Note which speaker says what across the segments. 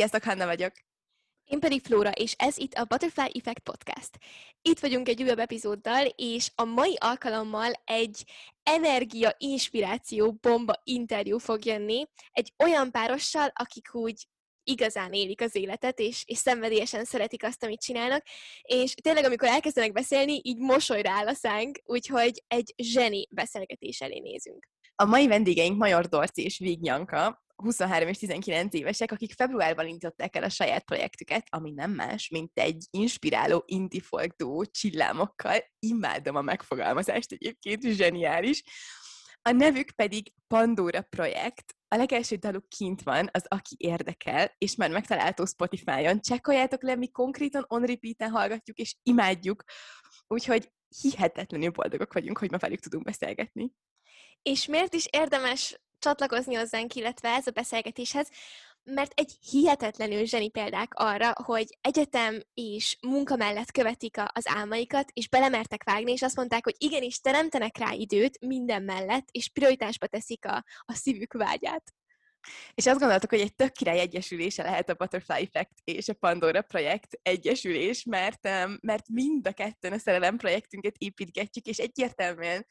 Speaker 1: Sziasztok, Hanna vagyok!
Speaker 2: Én pedig Flóra, és ez itt a Butterfly Effect Podcast. Itt vagyunk egy újabb epizóddal, és a mai alkalommal egy energia, inspiráció, bomba interjú fog jönni egy olyan párossal, akik úgy igazán élik az életet, és szenvedélyesen szeretik azt, amit csinálnak, és tényleg, amikor elkezdenek beszélni, így mosolyra áll a szánk, úgyhogy egy zseni beszélgetés elé nézünk.
Speaker 1: A mai vendégeink Major Dorci és Vig Janka, 23 és 19 évesek, akik februárban indították el a saját projektüket, ami nem más, mint egy inspiráló indie folk duó csillámokkal. Imádom a megfogalmazást, egyébként zseniális. A nevük pedig Pandora Projekt. A legelső daluk kint van, az Aki érdekel, és már megtalálható Spotify-on. Csekkoljátok le, mi konkrétan on repeat-en hallgatjuk, és imádjuk. Úgyhogy hihetetlenül boldogok vagyunk, hogy ma velük tudunk beszélgetni.
Speaker 2: És miért is érdemes csatlakozni hozzánk, illetve ez a beszélgetéshez? Mert egy hihetetlenül zseni példák arra, hogy egyetem és munka mellett követik az álmaikat, és belemertek vágni, és azt mondták, hogy igenis teremtenek rá időt minden mellett, és prioritásba teszik a szívük vágyát.
Speaker 1: És azt gondoltuk, hogy egy tök király egyesülése lehet a Butterfly Effect és a Pandora Projekt egyesülés, mert mind a ketten a szerelem projektünket építgetjük, és egyértelműen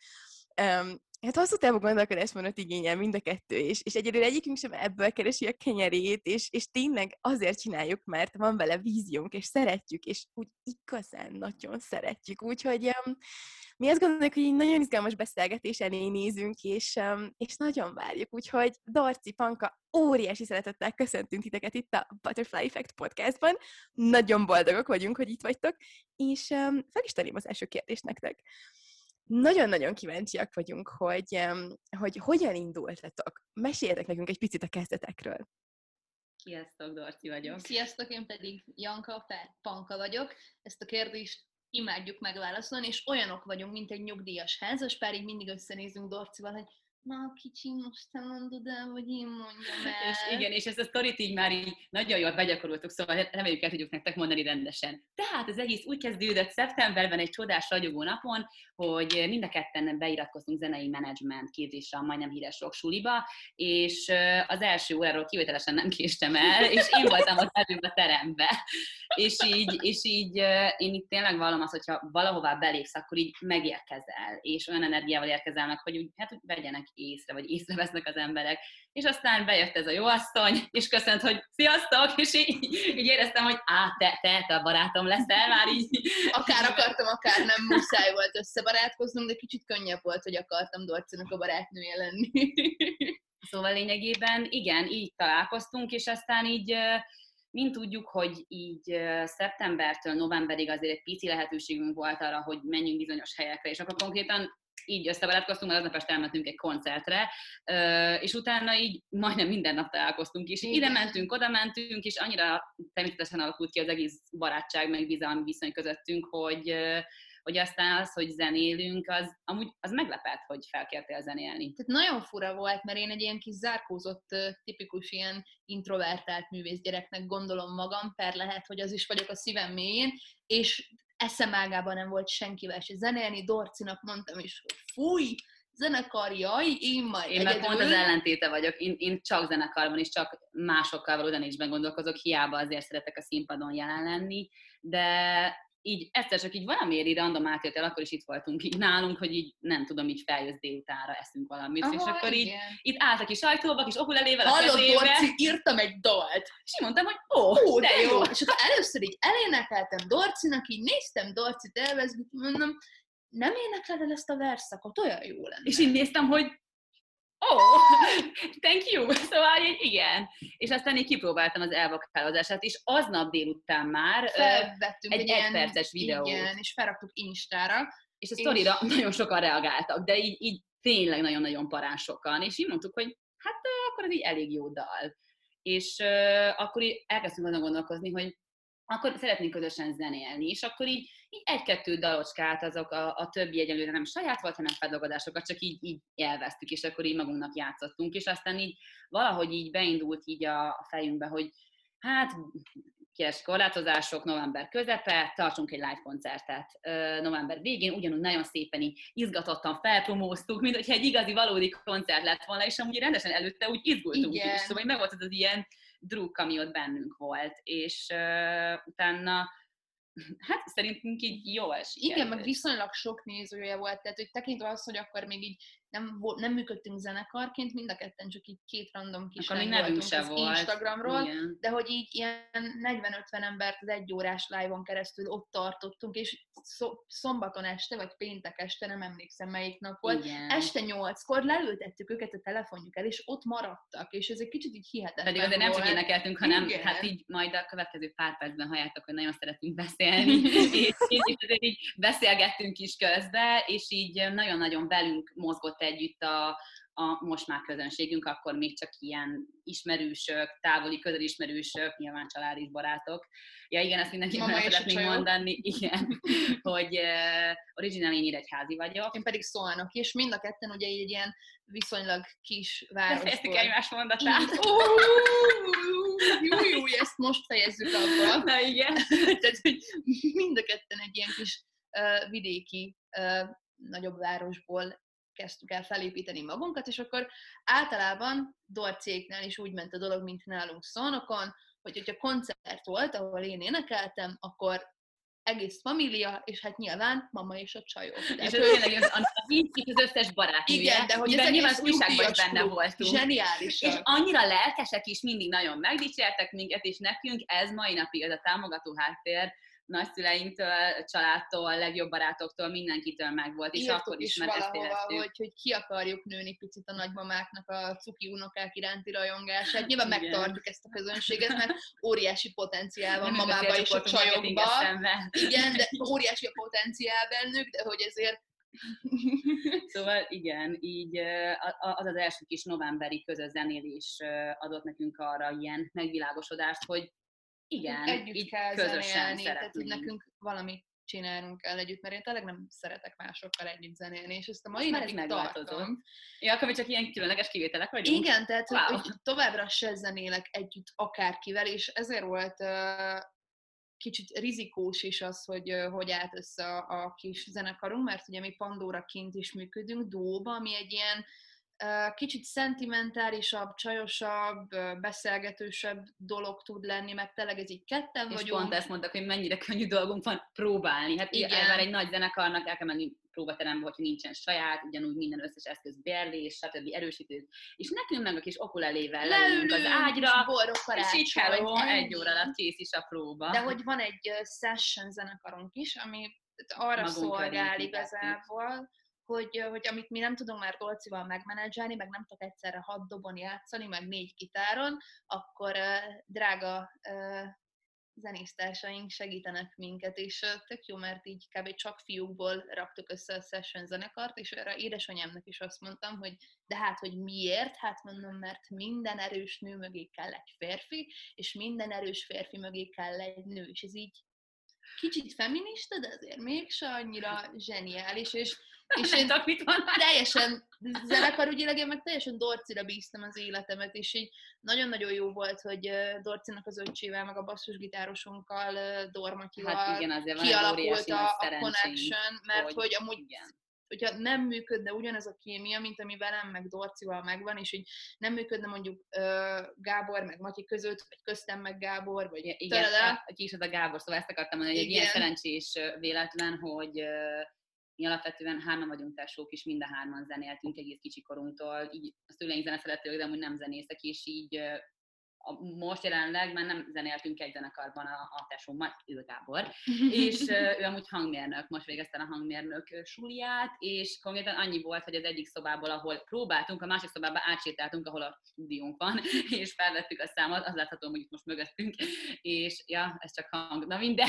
Speaker 1: hát hosszú távú gondolkodásmódot igényel mind a kettő, és egyedül egyikünk sem ebből keresi a kenyerét, és tényleg azért csináljuk, mert van vele víziónk, és szeretjük, és úgy igazán nagyon szeretjük. Úgyhogy mi azt gondoljuk, hogy egy nagyon izgalmas beszélgetés elé nézünk, és nagyon várjuk. Úgyhogy Dorci, Panka, óriási szeretettel köszöntünk titeket itt a Butterfly Effect Podcastban. Nagyon boldogok vagyunk, hogy itt vagytok, és fel is tenném az első kérdést nektek. Nagyon-nagyon kíváncsiak vagyunk, hogy hogyan indultatok. Meséljetek nekünk egy picit a kezdetekről.
Speaker 3: Sziasztok, Dorci vagyok.
Speaker 4: Sziasztok, én pedig Janka, Panka vagyok. Ezt a kérdést imádjuk megválaszolni, és olyanok vagyunk, mint egy nyugdíjas házaspár, így mindig összenézünk Dorcival, hogy na, kicsi, most te mondod el, vagy én mondjam el.
Speaker 3: És igen, és ezt a sztorit így már így nagyon jól begyakoroltuk, szóval reméljük el tudjuk nektek mondani rendesen. Tehát az egész úgy kezdődött szeptemberben egy csodás ragyogó napon, hogy mind a ketten beiratkoztunk zenei menedzsment képzésre a majdnem híres rocksuliba, és az első óráról kivételesen nem késtem el, és én voltam az előbb a terembe. És így én itt tényleg vallom azt, hogyha valahová belépsz, akkor így megérkezel, és olyan energiával érkezel meg, hogy úgy, hát úgy vegyenek észre, vagy észrevesznek az emberek. És aztán bejött ez a jó asszony, és köszönt, hogy sziasztok, és így éreztem, hogy te a barátom leszel már így.
Speaker 4: Akár akartam, akár nem, muszáj volt összebarátkoznom, de kicsit könnyebb volt, hogy akartam Dorcinak a barátnője lenni.
Speaker 3: Szóval lényegében igen, így találkoztunk, és aztán így mint tudjuk, hogy így szeptembertől novemberig azért egy pici lehetőségünk volt arra, hogy menjünk bizonyos helyekre, és akkor konkrétan így összebarátkoztunk, mert aznap este elmentünk egy koncertre, és utána így majdnem minden nap találkoztunk, és ide mentünk, oda mentünk, és annyira természetesen alakult ki az egész barátság, meg bizalmi viszony közöttünk, hogy aztán az, hogy zenélünk, az meglepett, hogy felkértél zenélni.
Speaker 4: Tehát nagyon fura volt, mert én egy ilyen kis zárkózott, tipikus ilyen introvertált művészgyereknek gondolom magam, lehet, hogy az is vagyok a szívem mélyén, és eszemágában nem volt senkivel se zenélni, Dorcinak mondtam is, hogy fúj, zenekar, jaj, én majd
Speaker 3: Én meg pont az ellentéte vagyok, én csak zenekarban és csak másokkal való zenésben gondolkozok, hiába azért szeretek a színpadon jelen lenni, de így egyszer csak így valamiért így random átjött el, akkor is itt voltunk így nálunk, hogy így nem tudom, így feljössz délutánra, eszünk valamit, és akkor így itt állt a kis ajtóba, kis okulelével a kezébe.
Speaker 4: Hallod, Dorci, írtam egy dalt.
Speaker 3: És így mondtam, hogy de jó.
Speaker 4: És akkor először így elénekeltem Dorcinak, így néztem Dorcit elvezgít, mondom, nem énekled el ezt a verszakot, olyan jó lenne.
Speaker 3: És így néztem, hogy thank you! Szóval igen. És aztán így kipróbáltam az elvokálozását, és aznap délután már
Speaker 4: felvettünk
Speaker 3: egy egyperces videót.
Speaker 4: Igen, és felraktuk Instára.
Speaker 3: És a sztorira nagyon sokan reagáltak, de így tényleg nagyon-nagyon parán sokan. És így mondtuk, hogy hát akkor ez így elég jó dal. És akkor így elkezdtünk azon gondolkozni, hogy akkor szeretnénk közösen zenélni, és akkor így egy-kettő dalocskát, azok a többi egyelőre nem saját volt, hanem feldolgozásokat csak így elvesztük, és akkor így magunknak játszottunk, és aztán így valahogy így beindult így a fejünkbe, hogy hát kies korlátozások, november közepe, tartsunk egy live koncertet november végén, ugyanúgy nagyon szépen így izgatottan felpromóztuk, mint hogyha egy igazi, valódi koncert lett volna, és amúgy rendesen előtte úgy izgultunk is, szóval meg volt az ilyen druk, ami ott bennünk volt, és utána hát szerintünk így jól sikerült.
Speaker 4: Igen, meg viszonylag sok nézője volt, tehát hogy tekintve azt, hogy akkor még így nem működtünk zenekarként, mind a ketten csak így 2 random kislány voltunk az Instagramról,
Speaker 3: igen.
Speaker 4: de hogy így ilyen 40-50 embert az 1 órás live-on keresztül ott tartottunk, és szombaton este, vagy péntek este, nem emlékszem melyik nap volt,
Speaker 3: Igen.
Speaker 4: este 8-kor leültettük őket a telefonjuk el, és ott maradtak, és ez egy kicsit így hihetetlen
Speaker 3: Pedig azért nem
Speaker 4: volt.
Speaker 3: csak énekeltünk, hanem
Speaker 4: Igen.
Speaker 3: hát így majd a következő pár percben halljátok, hogy nagyon szeretünk beszélni, és azért így beszélgettünk is közben, és így nagyon-nagyon velünk mozgott együtt a most már közönségünk, akkor még csak ilyen ismerősök, távoli, közelismerősök, nyilván családi barátok. Ja igen, ezt mindenképpen szeretném mondani, igen, hogy originál én Nyíregyházi vagyok.
Speaker 4: Én pedig Szolnoki, és mind a ketten ugye egy ilyen viszonylag kis városból.
Speaker 3: Befejeztük egymás mondatát.
Speaker 4: Jó, ezt most fejezzük abba.
Speaker 3: Na igen.
Speaker 4: Tehát, hogy mind a ketten egy ilyen kis vidéki, nagyobb városból kezdtük el felépíteni magunkat, és akkor általában Dorciéknál is úgy ment a dolog, mint nálunk Szolnokon, hogyha koncert volt, ahol én énekeltem, akkor egész família, és hát nyilván mama és a csajok.
Speaker 3: És tényleg az összes barátnője.
Speaker 4: Igen, de hogy ez
Speaker 3: nyilván az újságban is benne voltunk.
Speaker 4: Zseniálisan.
Speaker 3: És annyira lelkesek is, mindig nagyon megdicsértek minket, és nekünk ez mai napig, ez a támogató háttér, nagyszüleinktől, családtól, legjobb barátoktól, mindenkitől megvolt, és
Speaker 4: írtuk
Speaker 3: akkor is
Speaker 4: valahova, hogy ki akarjuk nőni picit a nagymamáknak a cuki unokák iránti rajongását. Nyilván megtartjuk ezt a közönséget, mert óriási potenciál van mamába és a csajokba. Igen, de óriási a potenciál bennük, de hogy ezért...
Speaker 3: Szóval igen, így az az első kis novemberi közös zenélés adott nekünk arra ilyen megvilágosodást, hogy igen,
Speaker 4: együtt kell zenélni, tehát hogy
Speaker 3: szeretnénk.
Speaker 4: nekünk valamit csinálnunk kell együtt, mert én tényleg nem szeretek másokkal együtt zenélni, és ezt a mai
Speaker 3: Most már
Speaker 4: napig
Speaker 3: megváltozott.
Speaker 4: tartom.
Speaker 3: Ja, akkor mi csak ilyen különleges kivételek vagyunk?
Speaker 4: Igen, tehát
Speaker 3: Wow.
Speaker 4: hogy továbbra se zenélek együtt akárkivel, és ezért volt kicsit rizikós is az, hogy állt össze a kis zenekarunk, mert ugye mi Pandóraként is működünk, duóba, ami egy ilyen kicsit szentimentálisabb, csajosabb, beszélgetősebb dolog tud lenni, mert tényleg ez így ketten
Speaker 3: és
Speaker 4: vagyunk.
Speaker 3: pont ezt mondtak, hogy mennyire könnyű dolgunk van próbálni. Hát igen, már egy nagy zenekarnak el kell menni próbaterembe, hogyha nincsen saját, ugyanúgy minden összes eszköz bérlés, stb. Erősítő. És nekünk meg a kis okulelével leülünk az ágyra, és így hello, 1 óra alatt kész is a próba.
Speaker 4: De hogy van egy session zenekarunk is, ami arra magunk szolgál igazából, hogy amit mi nem tudunk már Dolcival megmenedzselni, meg nem tudok egyszerre 6 dobon játszani, meg 4 gitáron, akkor drága zenésztársaink segítenek minket, és tök jó, mert így kb. Csak fiúkból raktuk össze a session zenekart, és erre édesanyámnak is azt mondtam, hogy de hát, hogy miért? Hát mondom, mert minden erős nő mögé kell egy férfi, és minden erős férfi mögé kell egy nő, és ez így kicsit feminista, de azért mégse annyira zseniális, és én teljesen zenekarügyileg, én meg teljesen Dorcira bíztam az életemet, és így nagyon-nagyon jó volt, hogy Dorcinak az öccsével, meg a basszusgitárosunkkal, Dormatyival
Speaker 3: hát igen,
Speaker 4: kialakult a connection, mert hogy amúgy igen. Hogyha nem működne ugyanez a kémia, mint ami velem, meg Dorcival megvan, és így nem működne mondjuk Gábor meg Matyi között, vagy köztem meg Gábor, vagy
Speaker 3: igen, ki is az a Gábor, szóval ezt akartam mondani, hogy egy ilyen szerencsés véletlen, hogy mi alapvetően 3 vagyunk tesók, és mind a 3-an zenéltünk egész kicsikorunktól, így a szüleink zeneszeretők, de amúgy nem zenészek, és így most jelenleg már nem zenéltünk egy zenekarban a tesómmal, ő Gábor, és ő amúgy hangmérnök, most végezte a hangmérnök suliát, és konkrétan annyi volt, hogy az egyik szobából, ahol próbáltunk, a másik szobába átsétáltunk, ahol a stúdiónk van, és felvettük a számot, az látható, hogy itt most mögöttünk, és ja, ez csak hang, na minden.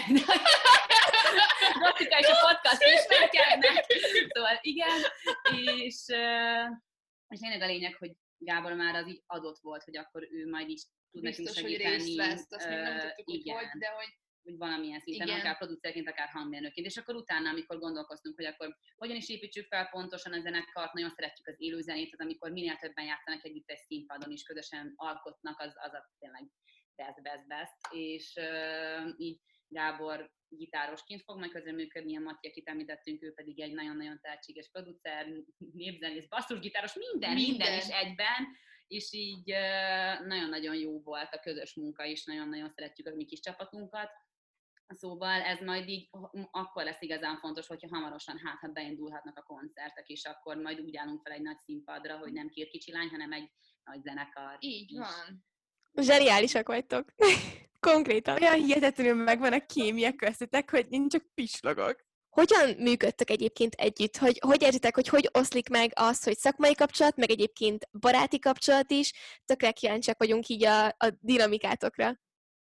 Speaker 3: Rosszika és a podcast ismerkednek, szóval igen, és tényleg a lényeg, hogy Gábor már az így adott volt, hogy akkor ő majd is tud nekünk segíteni.
Speaker 4: Biztos, hogy részt vesz, azt még nem tudtuk, hogy de hogy
Speaker 3: valamilyen szinten, akár producerként, akár hangmérnökként, és akkor utána, amikor gondolkoztunk, hogy akkor hogyan is építsük fel pontosan a zenekart, nagyon szeretjük az élőzenét, tehát amikor minél többen játszanak együtt egy színpadon is, közösen alkotnak, az a tényleg best, és így Gábor gitárosként fog majd közreműködni, a Matyi, akit említettünk, ő pedig egy nagyon-nagyon tehetséges producer, népzenész, basszusgitáros, minden is egyben, és így nagyon-nagyon jó volt a közös munka is, nagyon-nagyon szeretjük a mi kis csapatunkat. Szóval ez majd így akkor lesz igazán fontos, hogyha hamarosan ha beindulhatnak a koncertek, és akkor majd úgy állunk fel egy nagy színpadra, hogy nem két kicsi lány, hanem egy nagy zenekar.
Speaker 4: Így
Speaker 3: is.
Speaker 4: van.
Speaker 2: Zseniálisak vagytok. Konkrétan.
Speaker 1: Olyan hihetetlenül megvan a kémia köztetek, hogy én csak pislogok.
Speaker 2: Hogyan működtök egyébként együtt? Hogy érzitek, hogy oszlik meg az, hogy szakmai kapcsolat, meg egyébként baráti kapcsolat is? Tökre kíváncsiak vagyunk így a dinamikátokra.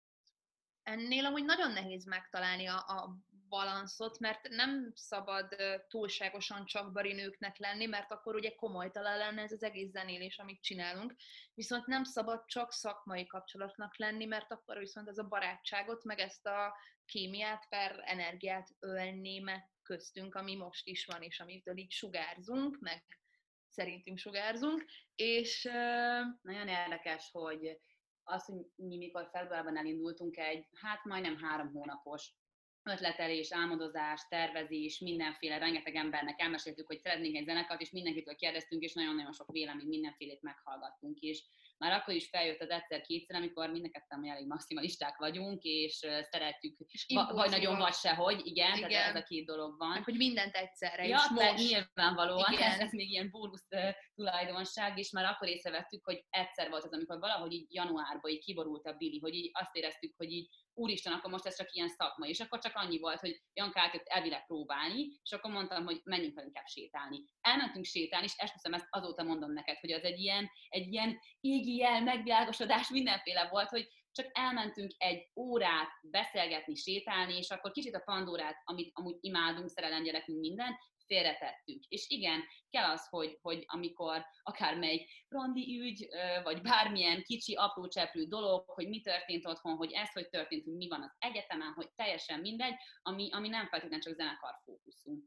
Speaker 4: Ennél amúgy nagyon nehéz megtalálni a balanszot, mert nem szabad túlságosan csak barinőknek lenni, mert akkor ugye komolytalan lenne ez az egész zenélés, amit csinálunk. Viszont nem szabad csak szakmai kapcsolatnak lenni, mert akkor viszont ez a barátságot, meg ezt a kémiát per energiát ölné meg köztünk, ami most is van, és amitől így sugárzunk, meg szerintünk sugárzunk, és
Speaker 3: nagyon érdekes, hogy az, hogy mi mikor februárban elindultunk egy, majdnem 3 hónapos ötletelés, álmodozás, tervezés, mindenféle, rengeteg embernek elmeséltük, hogy szeretnénk egy zenekart, és mindenkitől kérdeztünk, és nagyon-nagyon sok vélemény, mindenfélét meghallgattunk is. Már akkor is feljött az egyszer-kétszer, amikor mindenketten elég maximalisták vagyunk, és szeretjük, vagy nagyon, vagy sehogy, igen. Tehát ez a két dolog van.
Speaker 4: Meg, hogy mindent egyszerre,
Speaker 3: ja,
Speaker 4: és most.
Speaker 3: Nyilvánvalóan, ez még ilyen bónusz tulajdonság, és már akkor észrevettük, hogy egyszer volt az, amikor valahogy így januárban így kiborult a Billy, hogy így azt éreztük, hogy így úristen, akkor most ez csak ilyen szakma, és akkor csak annyi volt, hogy Janka átjött elvileg próbálni, és akkor mondtam, hogy menjünk el inkább sétálni. Elmentünk sétálni, és esküszöm, ezt azóta mondom neked, hogy az egy ilyen égi jel, megvilágosodás, mindenféle volt, hogy csak elmentünk egy órát beszélgetni, sétálni, és akkor kicsit a Pandórát, amit amúgy imádunk, szerelem gyerekünk, minden, félretettük. És igen, kell az, hogy amikor akármelyik randi ügy, vagy bármilyen kicsi, apró cseprű dolog, hogy mi történt otthon, hogy ez hogy történt, hogy mi van az egyetemen, hogy teljesen mindegy, ami nem feltétlenül csak zenekar fókuszú.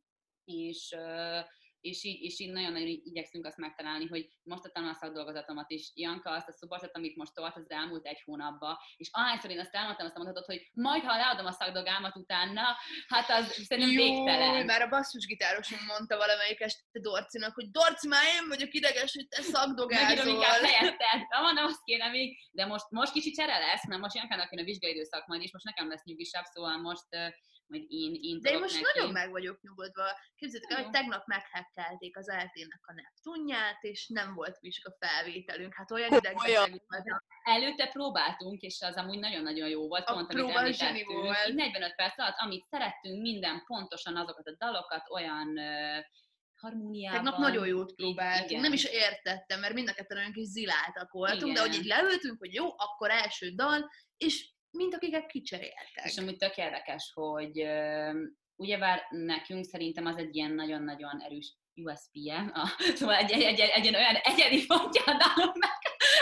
Speaker 3: És így nagyon-nagyon igyekszünk azt megtalálni, hogy most adtam a szakdolgozatomat is, Janka, azt a szuportot, amit most tolt az elmúlt 1 hónapban, és ahányszor én azt elmondtam, azt a mondatot, hogy majd, ha leadom a szakdolgámat utána, hát az szerintem végtelen.
Speaker 4: Már a basszusgitárosunk mondta valamelyik este Dorcinak, hogy Dorci, már én vagyok ideges, hogy te szakdogázol.
Speaker 3: Megírom inkább helyetted. Mondom, azt kéne még, de most kicsi csere lesz, mert most Jankának jön a vizsgaidőszak majd, és most nekem lesz nyugisabb, szóval most majd én
Speaker 4: de én most neki. Nagyon meg vagyok nyugodva. Képzeljétek el, hogy tegnap meghekkelték az LT-nek a Neptunját, és nem volt vizsga felvételünk. Hát olyan idegbetegek voltak.
Speaker 3: Előtte próbáltunk, és az amúgy nagyon-nagyon jó volt.
Speaker 4: A próba zseni volt.
Speaker 3: 45 perc alatt, amit szerettünk, minden pontosan azokat a dalokat, olyan harmóniában.
Speaker 4: Tegnap nagyon jót próbáltunk. Nem is értettem, mert mind a ketten olyan kis ziláltak voltunk, igen. De hogy így leültünk, hogy jó, akkor első dal, és mint akiket kicseréltek.
Speaker 3: És amúgy tök érdekes, hogy ugyebár nekünk szerintem az egy ilyen nagyon-nagyon erős USP-je, szóval egy olyan egyedi pontja a daloknak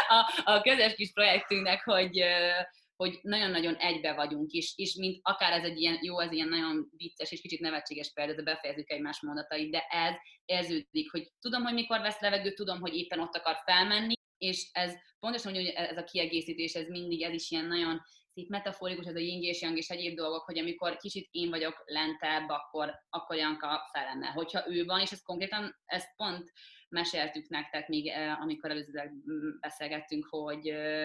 Speaker 3: a közös kis projektünknek, hogy nagyon-nagyon egybe vagyunk is, és mint akár ez egy ilyen, jó, ez ilyen nagyon vicces és kicsit nevetséges példa, de befejezzük egymás mondatait, de ez érződik, hogy tudom, hogy mikor vesz levegőt, tudom, hogy éppen ott akar felmenni, és ez pontosan, hogy ez a kiegészítés, ez mindig, ez is ilyen nagyon szép metaforikus, ez a yin és yang és egyéb dolgok, hogy amikor kicsit én vagyok lentebb, akkor Janka felenne. Hogyha ő van, és ezt pont meséltük nektek még, amikor előzőleg beszélgettünk, hogy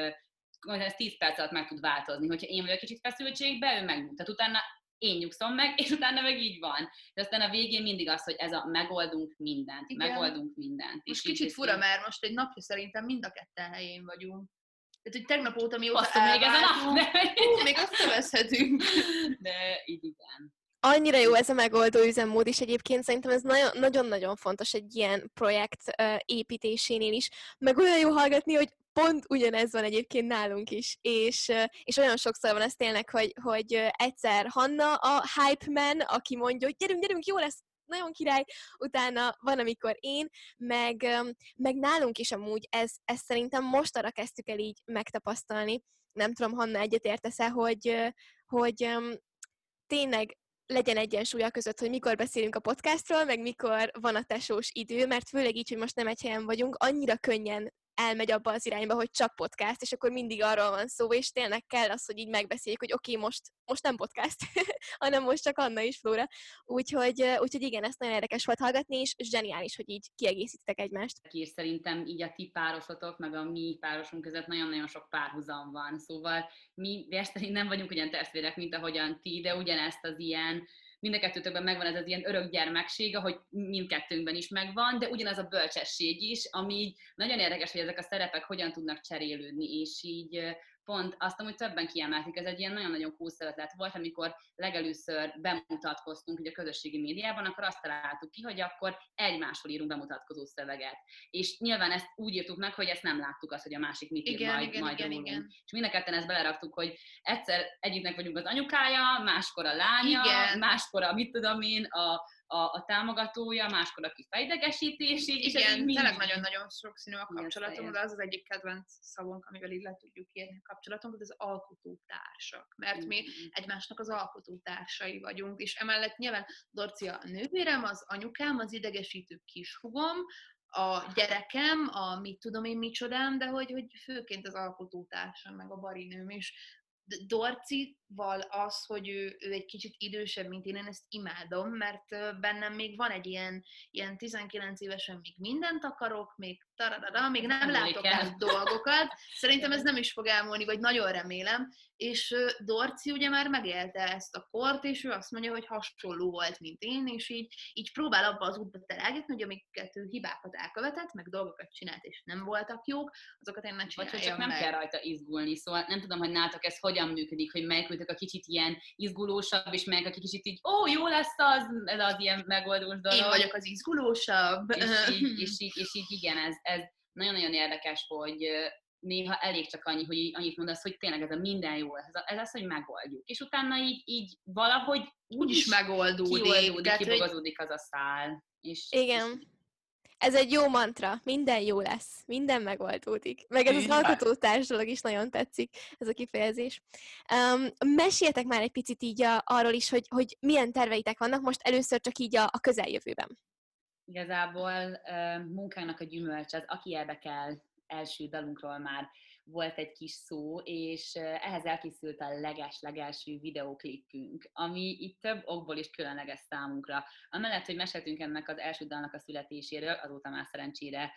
Speaker 3: ez 10 perc alatt meg tud változni. Hogyha én vagyok kicsit feszültségben, ő megnyugt. Tehát utána én nyugszom meg, és utána meg így van. De aztán a végén mindig az, hogy ez a megoldunk mindent. Igen. Megoldunk mindent.
Speaker 4: Most kicsit fura, mert most egy napja szerintem mind a ketten helyén vagyunk. Tehát, hogy tegnap óta mióta
Speaker 3: még ez a nap,
Speaker 4: még azt nevezhetünk.
Speaker 3: De így igen.
Speaker 2: Annyira jó ez a megoldó üzemmód is egyébként, szerintem ez nagyon-nagyon fontos egy ilyen projekt építésénél is, meg olyan jó hallgatni, hogy pont ugyanez van egyébként nálunk is, és olyan sokszor van ez tényleg, hogy egyszer Hanna a hype man, aki mondja, hogy gyerünk, jó lesz, nagyon király, utána van, amikor én, meg nálunk is amúgy ez szerintem most arra kezdtük el így megtapasztalni. Nem tudom, Hanna, egyetértesz-e, hogy tényleg legyen egyensúly a között, hogy mikor beszélünk a podcastról, meg mikor van a tesós idő, mert főleg így, hogy most nem egy helyen vagyunk, annyira könnyen elmegy abba az irányba, hogy csak podcast, és akkor mindig arról van szó, és tényleg kell az, hogy így megbeszéljük, hogy oké, most nem podcast, hanem most csak Anna és Flóra. Úgyhogy igen, ezt nagyon érdekes volt hallgatni, és zseniális, hogy így kiegészítitek egymást.
Speaker 3: És szerintem így a ti párosotok, meg a mi párosunk között nagyon-nagyon sok párhuzam van. Szóval mi szerint nem vagyunk ugyan testvérek, mint ahogyan ti, de ugyanezt az ilyen, mind a kettőtökben megvan ez az ilyen örök gyermekség, ahogy mindkettőnkben is megvan, de ugyanaz a bölcsesség is, ami így nagyon érdekes, hogy ezek a szerepek hogyan tudnak cserélődni, és így pont azt, amit többen kiemelték, ez egy ilyen nagyon-nagyon cool ötlet volt, amikor legelőször bemutatkoztunk ugye a közösségi médiában, akkor azt találtuk ki, hogy akkor egymásról írunk bemutatkozó szöveget. És nyilván ezt úgy írtuk meg, hogy ezt nem láttuk azt, hogy a másik mit ír majd rólunk. És mind a ketten ezt beleraktuk, hogy egyszer egyiknek vagyunk az anyukája, máskor a lánya, máskor a mit tudom én, a támogatója, máskor aki fejdegesítés, és
Speaker 4: igen, tényleg nagyon-nagyon sokszínű a kapcsolatunk, de az az egyik kedvenc szavunk, amivel így le tudjuk írni a kapcsolatunkat, az alkotótársak. Mert mi egymásnak az alkotótársai vagyunk, és emellett nyilván Dorci a nővérem, az anyukám, az idegesítő kishugom, a gyerekem, a mit tudom én micsodám, de hogy főként az alkotótársam, meg a barinőm is. Dorcival az, hogy ő egy kicsit idősebb, mint én ezt imádom, mert bennem még van egy ilyen 19 évesen még mindent akarok, még még nem látok el dolgokat. Szerintem ez nem is fog elmúlni, vagy nagyon remélem. És Dorci ugye már megélte ezt a kort, és ő azt mondja, hogy hasonló volt, mint én, és így próbál abba az útba terelgetni, hogy amiket ő hibákat elkövetett, meg dolgokat csinált, és nem voltak jók, azokat én ne csináljam.
Speaker 3: Vagy csak nem kell rajta izgulni, szóval nem tudom, hogy nálatok ez hogyan működik, hogy melyikőtök a kicsit ilyen izgulósabb, és melyik a kicsit így, jó lesz ez az ilyen megoldós dolog.
Speaker 4: Én vagyok az izgulósabb.
Speaker 3: És így igen, ez nagyon-nagyon érdekes, hogy néha elég csak annyi, hogy annyit mondasz, hogy tényleg ez a minden jó, ez az, hogy megoldjuk. És utána így valahogy
Speaker 4: úgyis megoldódik.
Speaker 3: Kibogozódik az a szál.
Speaker 2: Igen. Ez egy jó mantra, minden jó lesz, minden megoldódik. Meg ez az alkotótárs dolog is nagyon tetszik, ez a kifejezés. Meséljetek már egy picit így arról is, hogy milyen terveitek vannak most először csak így a közeljövőben.
Speaker 3: Igazából munkának a gyümölcs az, aki érdekel, első dalunkról már volt egy kis szó, és ehhez elkészült a legelső videóklipünk, ami itt több okból is különleges számunkra. Amellett, hogy meséltünk ennek az első dalnak a születéséről, azóta már szerencsére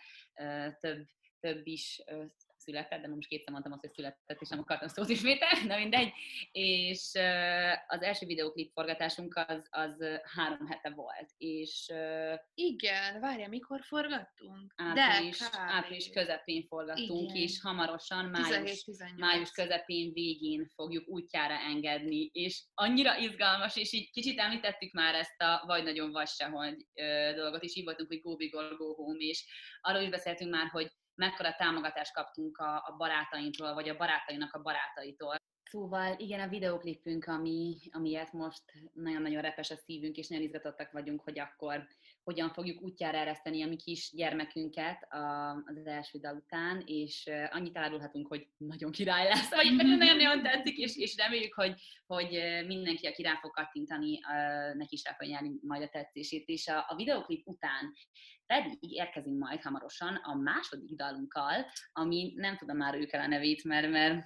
Speaker 3: több is született, de most kétszer mondtam azt, hogy született, és nem akartam szót ismételni, de mindegy. És az első videóklip forgatásunk az 3 hete volt, és...
Speaker 4: Igen, várjál, mikor forgattunk?
Speaker 3: Április közepén forgattunk, igen. És hamarosan május közepén végén fogjuk útjára engedni, és annyira izgalmas, és így kicsit említettük már ezt a vagy nagyon vagy sehogy dolgot, és így voltunk, hogy go big or go home, és arról is beszéltünk már, hogy mekkora támogatást kaptunk a barátainktól, vagy a barátainak a barátaitól. Szóval igen, a videóklipünk, amiért most nagyon-nagyon repes a szívünk, és nagyon izgatottak vagyunk, hogy akkor hogyan fogjuk útjára ereszteni a mi kis gyermekünket az első dal után, és annyit elárulhatunk, hogy nagyon király lesz, vagy nagyon-nagyon tetszik, és reméljük, hogy mindenki, aki rá fog kattintani, neki is el fog nyerni majd a tetszését, és a videóklip után pedig érkezünk majd hamarosan a második dalunkkal, ami nem tudom már ők el a nevét, mert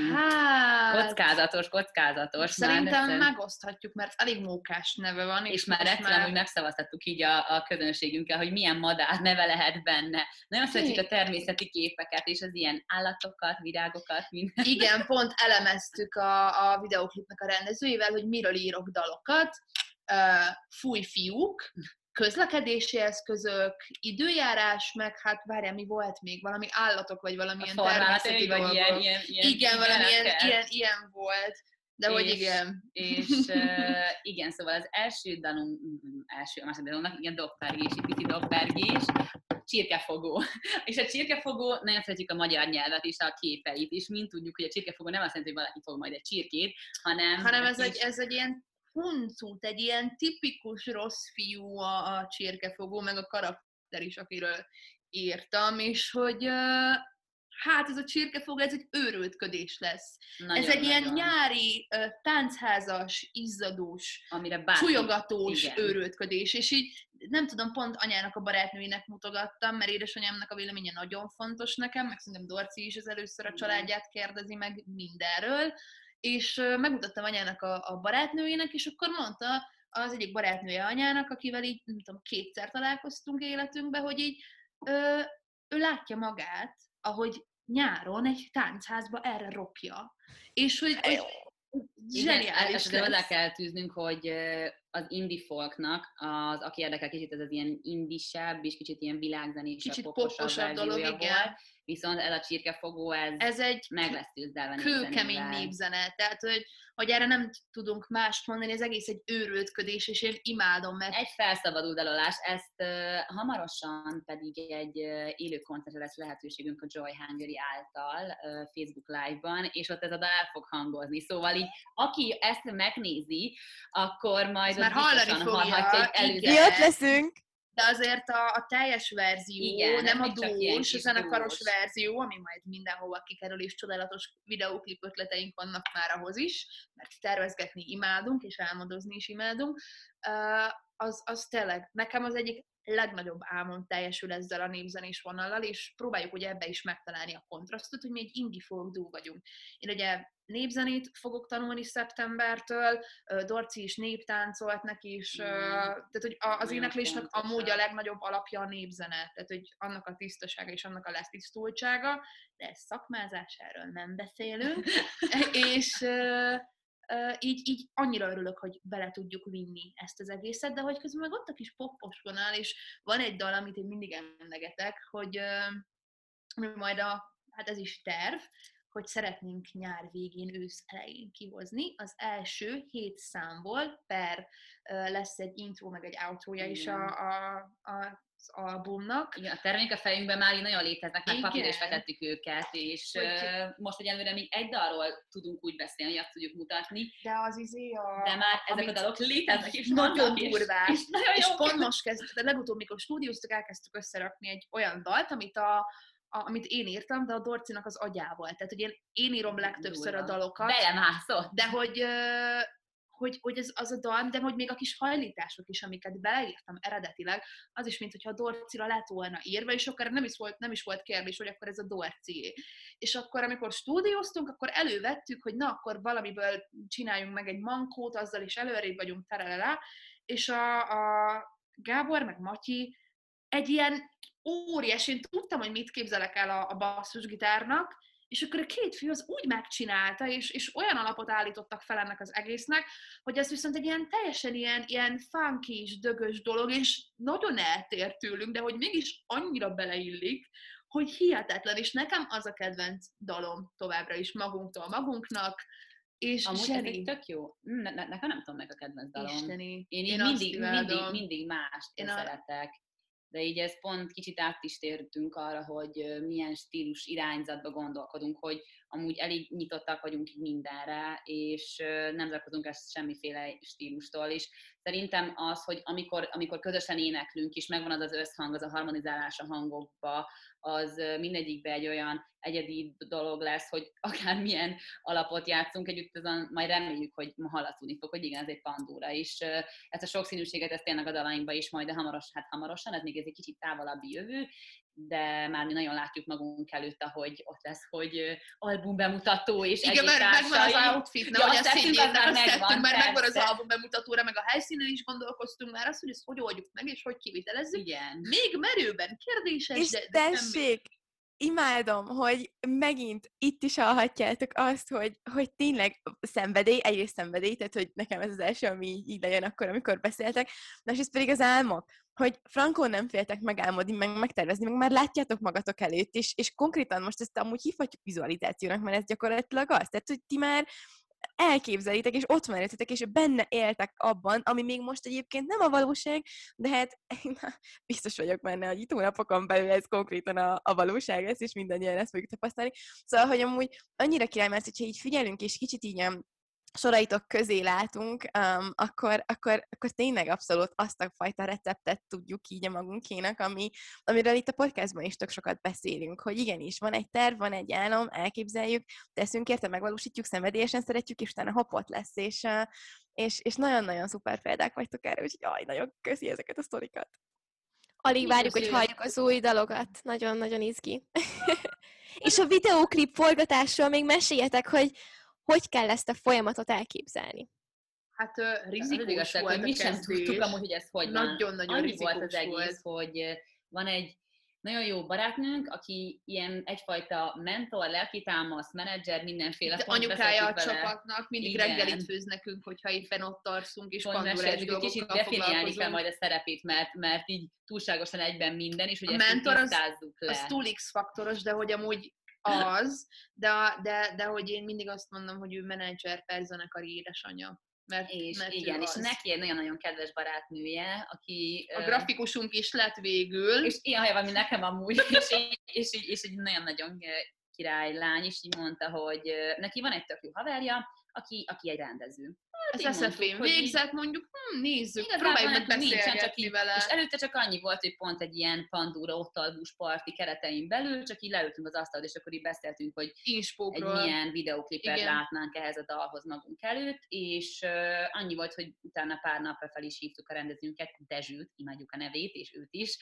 Speaker 3: kockázatos.
Speaker 4: Szerintem megoszthatjuk, mert elég mókás neve van.
Speaker 3: És már egyszerűen úgy megszavaztattuk így a közönségünkkel, hogy milyen madár neve lehet benne. Nagyon szeretjük a természeti képeket, és az ilyen állatokat, virágokat, minden.
Speaker 4: Igen, pont elemeztük a videóklipnek a rendezőivel, hogy miről írok dalokat. Fúj fiúk, közlekedési eszközök, időjárás, meg hát várjál, mi volt még? Valami állatok, vagy valamilyen természeti dolgok. Igen, valamilyen ilyen volt. De hogy igen.
Speaker 3: És igen, szóval az első dalunk, a második dalunk, igen, dogpergés, egy pici dogpergés, csirkefogó. És a csirkefogó, nagyon szeretjük a magyar nyelvet és a képeit is, mint tudjuk, hogy a csirkefogó nem azt jelenti, hogy valaki fog majd egy csirkét, hanem
Speaker 4: ez egy ilyen huncut, egy ilyen tipikus rossz fiú a csirkefogó, meg a karakter is, akiről írtam, és hogy hát ez a csirkefogó, ez egy őrültködés lesz. Nagyon, ez egy ilyen nyári, táncházas, izzadós, csúlyogatós őrültködés, és így nem tudom, pont anyának a barátnőinek mutogattam, mert édesanyámnak a véleménye nagyon fontos nekem, meg szerintem Dorci is az először a családját kérdezi meg mindenről, és megmutattam anyának a barátnőinek, és akkor mondta az egyik barátnője anyának, akivel így, nem tudom, 2-szer találkoztunk életünkben, hogy így ő látja magát, ahogy nyáron egy táncházba erre ropja. És hogy zseniális
Speaker 3: lesz. Hozzá kell tűznünk, hogy az indie folknak, aki érdekel kicsit, ez az ilyen indisebb és kicsit ilyen világzenésebb, poposabb dolog, igen. Volt, viszont ez a csirkefogó, ez egy meg lesz tűzdelve
Speaker 4: kőkemény népzene, tehát hogy erre nem tudunk mást mondani, ez egész egy őrültködés, és én imádom, mert...
Speaker 3: Egy felszabadult dalolás, ezt hamarosan pedig egy élő koncertre lesz lehetőségünk a Joy Hungary által Facebook Live-ban, és ott ez a dal el fog hangozni, szóval így, aki ezt megnézi, akkor majd
Speaker 4: már hallani fogja,
Speaker 1: mi ott leszünk.
Speaker 4: De azért a teljes verzió,
Speaker 3: igen,
Speaker 4: nem a dús, a zenekaros verzió, ami majd mindenhova kikerül, és csodálatos videóklip ötleteink vannak már ahhoz is, mert tervezgetni imádunk, és álmodozni is imádunk, az tényleg, nekem az egyik legnagyobb álmom teljesül ezzel a népzenés vonallal, és próbáljuk ugye ebbe is megtalálni a kontrasztot, hogy mi egy indie folk duo vagyunk. Én ugye népzenét fogok tanulni szeptembertől, Dorci is néptáncolt neki is, tehát hogy az éneklésnek amúgy a legnagyobb alapja a népzene, tehát hogy annak a tisztasága és annak a letisztultsága, de ez szakmázás, erről nem beszélünk, és így annyira örülök, hogy bele tudjuk vinni ezt az egészet, de hogy közben meg ott a kis poppos vonal, és van egy dal, amit én mindig emlegetek, hogy majd hát ez is terv, hogy szeretnénk nyár végén, ősz elején kihozni. Az első 7 számból lesz egy intro, meg egy outroja is az albumnak.
Speaker 3: Igen, a termék a fejünkben már nagyon léteznek, meg papír és vetettük őket, és most egyelőre még egy dalról tudunk úgy beszélni, hogy azt tudjuk mutatni.
Speaker 4: De az
Speaker 3: de már ezek a dalok léteznek, és
Speaker 4: nagyon durvás. És pont most de legutóbb, mikor stúdióztuk, elkezdtük összerakni egy olyan dalt, amit én írtam, de a Dorcinak az agyával. Tehát, hogy én írom legtöbbször a dalokat.
Speaker 3: Belemászott.
Speaker 4: De hogy ez az a dal, de hogy még a kis hajlítások is, amiket beleírtam eredetileg, az is, mintha a Dorcira lett volna írva, és akkor nem is volt kérdés, hogy akkor ez a Dorcié. És akkor, amikor stúdióztunk, akkor elővettük, hogy na, akkor valamiből csináljunk meg egy mankót, azzal is előrébb vagyunk, terelele, és a Gábor meg Matyi egy ilyen óriás, én tudtam, hogy mit képzelek el a basszusgitárnak, és akkor a 2 fiú az úgy megcsinálta, és olyan alapot állítottak fel ennek az egésznek, hogy ez viszont egy ilyen teljesen ilyen funky-s, dögös dolog, és nagyon eltér tőlünk, de hogy mégis annyira beleillik, hogy hihetetlen, és nekem az a kedvenc dalom továbbra is magunktól magunknak, és
Speaker 3: amúgy ez egy tök jó. Nekem nem tudom meg a kedvenc dalom.
Speaker 4: Isteni.
Speaker 3: Én mindig mást szeretek. De így ez pont kicsit át is tértünk arra, hogy milyen stílus irányzatba gondolkodunk, hogy amúgy elég nyitottak vagyunk így mindenre, és nem zárkozunk ezt semmiféle stílustól, és szerintem az, hogy amikor közösen éneklünk, és megvan az összhang, az a harmonizálás a hangokba, az mindegyikben egy olyan egyedi dolog lesz, hogy akármilyen alapot játszunk együtt, azon majd reméljük, hogy ma hallatszódni fog, hogy igen, ez egy Pandora, és ezt a sokszínűséget, ezt tényleg a dalainkban is majd, de hamarosan, ez még ez egy kicsit távolabbi jövő, de már mi nagyon látjuk magunk előtt, ahogy ott lesz, hogy albumbemutató és
Speaker 4: igen, mert megvan az outfit, nem, hogy a színjének azt tettünk, mert megvan az albumbemutatóra, meg a helyszínen is gondolkoztunk már azt, hogy ezt hogy oldjuk meg, és hogy kivitelezzük.
Speaker 3: Igen.
Speaker 4: Még merőben kérdéses,
Speaker 1: és
Speaker 4: de
Speaker 1: tessék, imádom, hogy megint itt is hallhatjátok azt, hogy tényleg egyrészt szenvedély, tehát hogy nekem ez az első, ami így lejön akkor, amikor beszéltek, másrészt pedig az álmok, hogy frankon nem féltek megálmodni, meg megtervezni, meg már látjátok magatok előtt, és konkrétan most ezt amúgy hívhatjuk vizualizációnak, mert ez gyakorlatilag az, tehát hogy ti már elképzelitek, és ott van előttetek, és benne éltek abban, ami még most egyébként nem a valóság, de hát biztos vagyok benne, hogy itt hónapokon belül ez konkrétan a valóság lesz, és mindannyian ezt fogjuk tapasztalni. Szóval, hogy amúgy annyira király, mert hogyha így figyelünk, és kicsit így soraitok közé látunk, akkor tényleg abszolút azt a fajta receptet tudjuk így a magunkénak, amiről itt a podcastban is tök sokat beszélünk, hogy igenis, van egy terv, van egy álom, elképzeljük, teszünk érte, megvalósítjuk, szenvedélyesen szeretjük, és utána hoppot lesz, és nagyon-nagyon szuper példák vagytok erre, úgyhogy jaj, nagyon köszi ezeket a sztorikat.
Speaker 2: Alig várjuk, hogy halljuk az új dalokat. Nagyon-nagyon izgi. És a videóklip forgatásról még meséljetek, hogy kell ezt a folyamatot elképzelni.
Speaker 4: Hát
Speaker 3: Az
Speaker 4: rizikós
Speaker 3: igazság,
Speaker 4: volt
Speaker 3: hogy
Speaker 4: a
Speaker 3: mi sem
Speaker 4: kezdés.
Speaker 3: tudtuk amúgy, hogy ez hogy van.
Speaker 4: Nagyon-nagyon
Speaker 3: Annyi
Speaker 4: rizikós
Speaker 3: volt az egész, hogy van egy nagyon jó barátnőnk, aki ilyen egyfajta mentor, lelkitámasz, menedzser, mindenféle
Speaker 4: De
Speaker 3: font
Speaker 4: anyukája a
Speaker 3: beszéltük vele.
Speaker 4: csapatnak, mindig
Speaker 3: Igen.
Speaker 4: reggelit főz nekünk, hogyha éppen ott tartunk, és
Speaker 3: Pont
Speaker 4: pandórás
Speaker 3: meséltük, hogy kicsit
Speaker 4: dolgokkal
Speaker 3: definiálni kell
Speaker 4: foglalkozunk.
Speaker 3: majd a szerepét, mert így túlságosan egyben minden, és hogy
Speaker 4: A
Speaker 3: ezt így
Speaker 4: mentor
Speaker 3: tisztázzuk le.
Speaker 4: az túl X-faktoros, de hogy amúgy az, de hogy én mindig azt mondom, hogy ő menedzser per zenekari édesanyja. Mert
Speaker 3: Igen,
Speaker 4: ő
Speaker 3: és
Speaker 4: az.
Speaker 3: neki egy nagyon-nagyon kedves barátnője, aki...
Speaker 4: A grafikusunk is lett végül.
Speaker 3: És ilyen haja van, mint nekem amúgy, és egy nagyon-nagyon királylány, és így mondta, hogy neki van egy tök jó haverja, aki egy rendező.
Speaker 4: Ez SZF-én végzett, mondjuk, nézzük, próbáljuk meg beszélgetni vele.
Speaker 3: És előtte csak annyi volt, hogy pont egy ilyen Pandora ottalbús parti keretein belül, csak így leültünk az asztalra, és akkor így beszéltünk, hogy
Speaker 4: Inspókról.
Speaker 3: egy milyen videóklipet látnánk ehhez a dalhoz magunk előtt, és annyi volt, hogy utána pár napra fel is hívtuk a rendezőnket, Dezsőt, imádjuk a nevét, és őt is,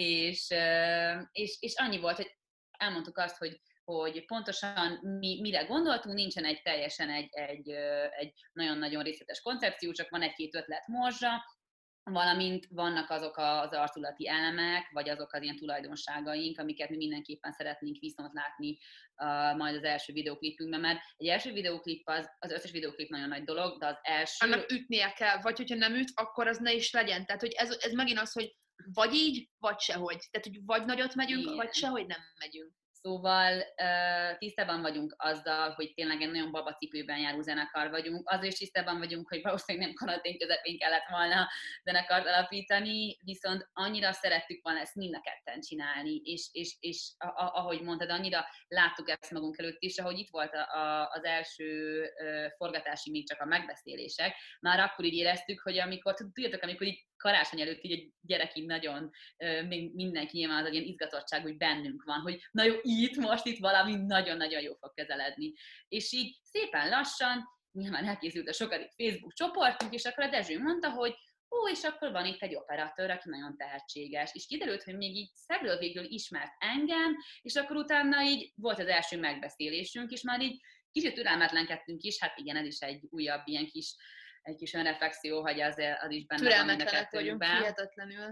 Speaker 3: és annyi volt, hogy elmondtuk azt, hogy pontosan mire gondoltunk, nincsen egy teljesen egy nagyon-nagyon részletes koncepció, csak van egy-két ötlet morzsa, valamint vannak azok az arculati elemek, vagy azok az ilyen tulajdonságaink, amiket mi mindenképpen szeretnénk viszont látni majd az első videóklipünkben, mert egy első videóklip az összes videóklip nagyon nagy dolog, de az első...
Speaker 4: Annak ütnie kell, vagy hogyha nem üt, akkor az ne is legyen. Tehát, hogy ez megint az, hogy vagy így, vagy sehogy. Tehát, hogy vagy nagyot megyünk,
Speaker 3: Igen.
Speaker 4: vagy sehogy nem megyünk.
Speaker 3: Szóval tisztában vagyunk azzal, hogy tényleg egy nagyon babacipőben járó zenekar vagyunk. Azzal is tisztában vagyunk, hogy valószínűleg nem karantén közepén kellett volna zenekart alapítani, viszont annyira szerettük volna ezt mind a ketten csinálni, és ahogy mondtad, annyira láttuk ezt magunk előtt is, ahogy itt volt az első forgatási, még csak a megbeszélések, már akkor így éreztük, hogy amikor így karácsony előtt így egy gyerek így nagyon, mindenki nyilván az egy ilyen izgatottság, hogy bennünk van, hogy na jó, itt valami nagyon-nagyon jó fog közeledni. És így szépen lassan, nyilván elkészült a sokadik Facebook csoportunk, és akkor a Dezső mondta, hogy és akkor van itt egy operatőr, aki nagyon tehetséges. És kiderült, hogy még így szebbről végül ismert engem, és akkor utána így volt az első megbeszélésünk, és már így kicsit türelmetlenkedtünk is, hát igen, ez is egy újabb ilyen kis önreflexió, hogy az is benne van mind a kettőnkben.
Speaker 4: Hihetetlenül.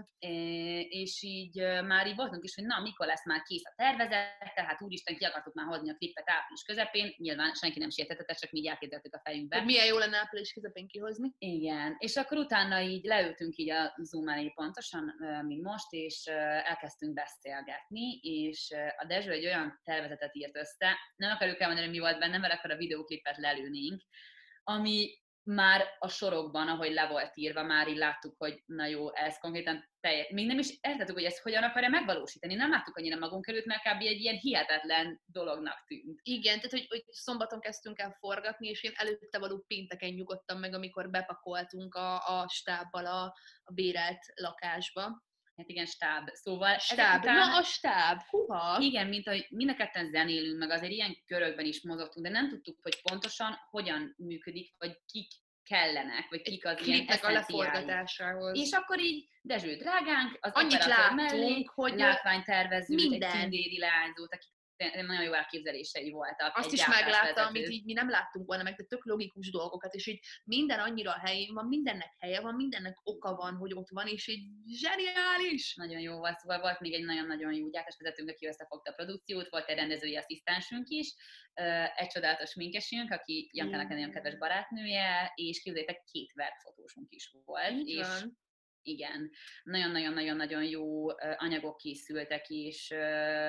Speaker 3: És így már így voltunk is, hogy na, mikor lesz már kész a tervezet, tehát úristen, ki akartuk már hozni a klippet április közepén, nyilván senki nem sértetett, csak mi így elképzeltük a fejünkbe.
Speaker 4: Hogy milyen jó lenne április közepén kihozni.
Speaker 3: Igen, és akkor utána így leültünk így a Zoom elé pontosan, mint most, és elkezdtünk beszélgetni, és a Dezső egy olyan tervezetet írt össze, nem akarjuk elmondani, hogy mi volt benne, mert akkor a videóklipet lelőnénk, ami már a sorokban, ahogy le volt írva, már így láttuk, hogy na jó, ez konkrétan még nem is értettük, hogy ezt hogyan akarja megvalósítani. Nem láttuk annyira magunk előtt, mert kb. Egy ilyen hihetetlen dolognak tűnt.
Speaker 4: Igen, tehát hogy szombaton kezdtünk el forgatni, és én előtte való pénteken nyugodtam meg, amikor bepakoltunk a stábbal a bérelt lakásba.
Speaker 3: Hát igen, stáb. Szóval
Speaker 4: stáb. Na a stáb, huha!
Speaker 3: Igen, mint ahogy mind a ketten zenélünk, meg azért ilyen körökben is mozogtunk, de nem tudtuk, hogy pontosan hogyan működik, vagy kik kellenek, vagy kik az ilyen
Speaker 4: a leforgatásához.
Speaker 3: És akkor így Dezső drágánk, az
Speaker 4: annyit láttunk,
Speaker 3: hogy látványtervezőt,
Speaker 4: minden.
Speaker 3: egy tündéri lányzót, akik nagyon jó elképzelései voltak.
Speaker 4: Azt is meglátta, amit így mi nem láttunk volna meg, de tök logikus dolgokat, és így minden annyira a helyén van, mindennek helye van, mindennek oka van, hogy ott van, és így zseniális!
Speaker 3: Nagyon jó volt, szóval volt még egy nagyon-nagyon jó gyártásvezetőnk, aki összefogta a produkciót, volt egy rendezői asszisztensünk is, egy csodálatos sminkesünk, aki Jankának egy nagyon kedves barátnője, és képzeljétek, 2 webfotósunk is volt. És igen, nagyon-nagyon-nagyon-nagyon jó anyagok készültek, és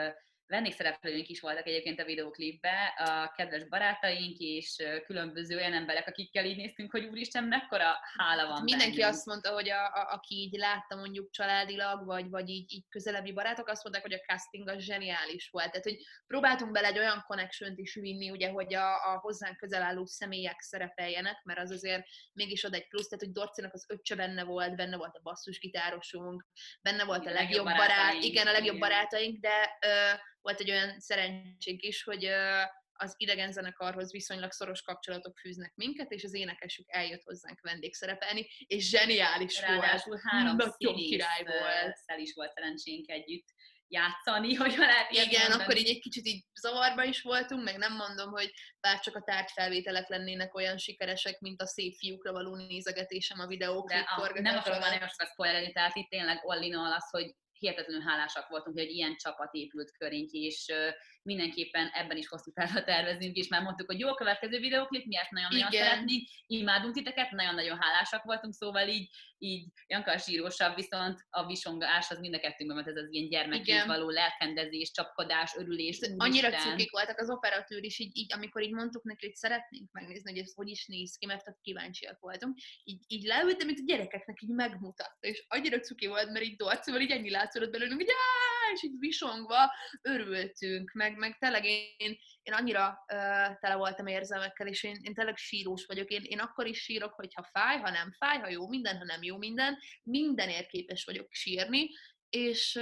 Speaker 3: vendégszereplőink is voltak egyébként a videóklipbe, a kedves barátaink és különböző olyan emberek, akikkel így néztünk, hogy úristen, mekkora hála van
Speaker 4: Mindenki
Speaker 3: bennünk.
Speaker 4: azt mondta, hogy aki így látta mondjuk családilag, vagy így közelebbi barátok, azt mondták, hogy a casting az zseniális volt. Tehát, hogy próbáltunk bele egy olyan connection-t is vinni, ugye, hogy a hozzánk közel álló személyek szerepeljenek, mert az azért mégis ad egy plusz, tehát, hogy Dorcinak az öccse benne volt a basszusgitárosunk, benne volt a legjobb barátaink, de volt egy olyan szerencsénk is, hogy az idegen zenekarhoz viszonylag szoros kapcsolatok fűznek minket, és az énekesük eljött hozzánk vendégszerepelni, és zseniális volt.
Speaker 3: Ráadásul 3
Speaker 4: nagyon király volt.
Speaker 3: is volt szerencsénk együtt játszani, hogy lehet ilyet
Speaker 4: Igen,
Speaker 3: mondani.
Speaker 4: akkor így egy kicsit így zavarba is voltunk, meg nem mondom, hogy bárcsak a tárgyfelvételek lennének olyan sikeresek, mint a szép fiúkra való nézegetésem a videóklip forgatásában.
Speaker 3: Nem akarom már nagyon sokat spoilerni, tehát itt tényleg all in all az, hogy hihetetlenül hálásak voltunk, hogy egy ilyen csapat épült körénk, és mindenképpen ebben is hosszú távra tervezünk, és már mondtuk, hogy jó, a következő videóklip, mi ezt nagyon-nagyon szeretnénk, imádunk titeket, nagyon-nagyon hálásak voltunk, szóval így Janka a zsírosabb, viszont a visongás az mind a kettőnkben, mert ez az ilyen gyermekként való lelkendezés, csapkodás, örülés.
Speaker 4: Annyira cukik voltak, az operatőr is, így, amikor így mondtuk neki, hogy szeretnénk megnézni, hogy ez hogy is néz ki, mert kíváncsiak voltunk, így leültem, mint a gyerekeknek így megmutatta, és annyira cuki volt, mert így Dorcival így ennyi látszott belőlünk, hogy és így visongva örültünk, meg tényleg én annyira tele voltam érzelmekkel, és én tényleg sírós vagyok. Én akkor is sírok, hogyha fáj, ha nem fáj, ha jó minden, ha nem jó minden, mindenért képes vagyok sírni, és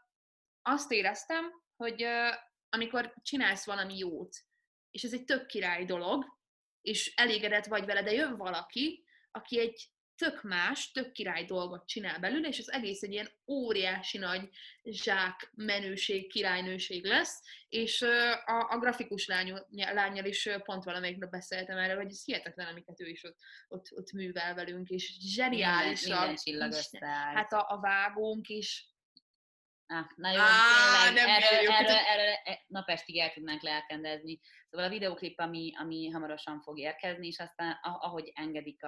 Speaker 4: azt éreztem, hogy amikor csinálsz valami jót, és ez egy tök király dolog, és elégedett vagy vele, de jön valaki, aki egy tök más, tök király dolgot csinál belőle, és az egész egy ilyen óriási nagy zsák menőség, királynőség lesz, és a grafikus lányjal is pont valamelyikben beszéltem erről, hogy ez hihetetlen, amiket ő is ott művel velünk, és zseniálisak.
Speaker 3: Minden csillag összeáll.
Speaker 4: Hát a vágónk is.
Speaker 3: Na jó, tényleg, erről napestig el tudnánk lelkendezni. Szóval a videóklip, ami hamarosan fog érkezni, és aztán ahogy engedik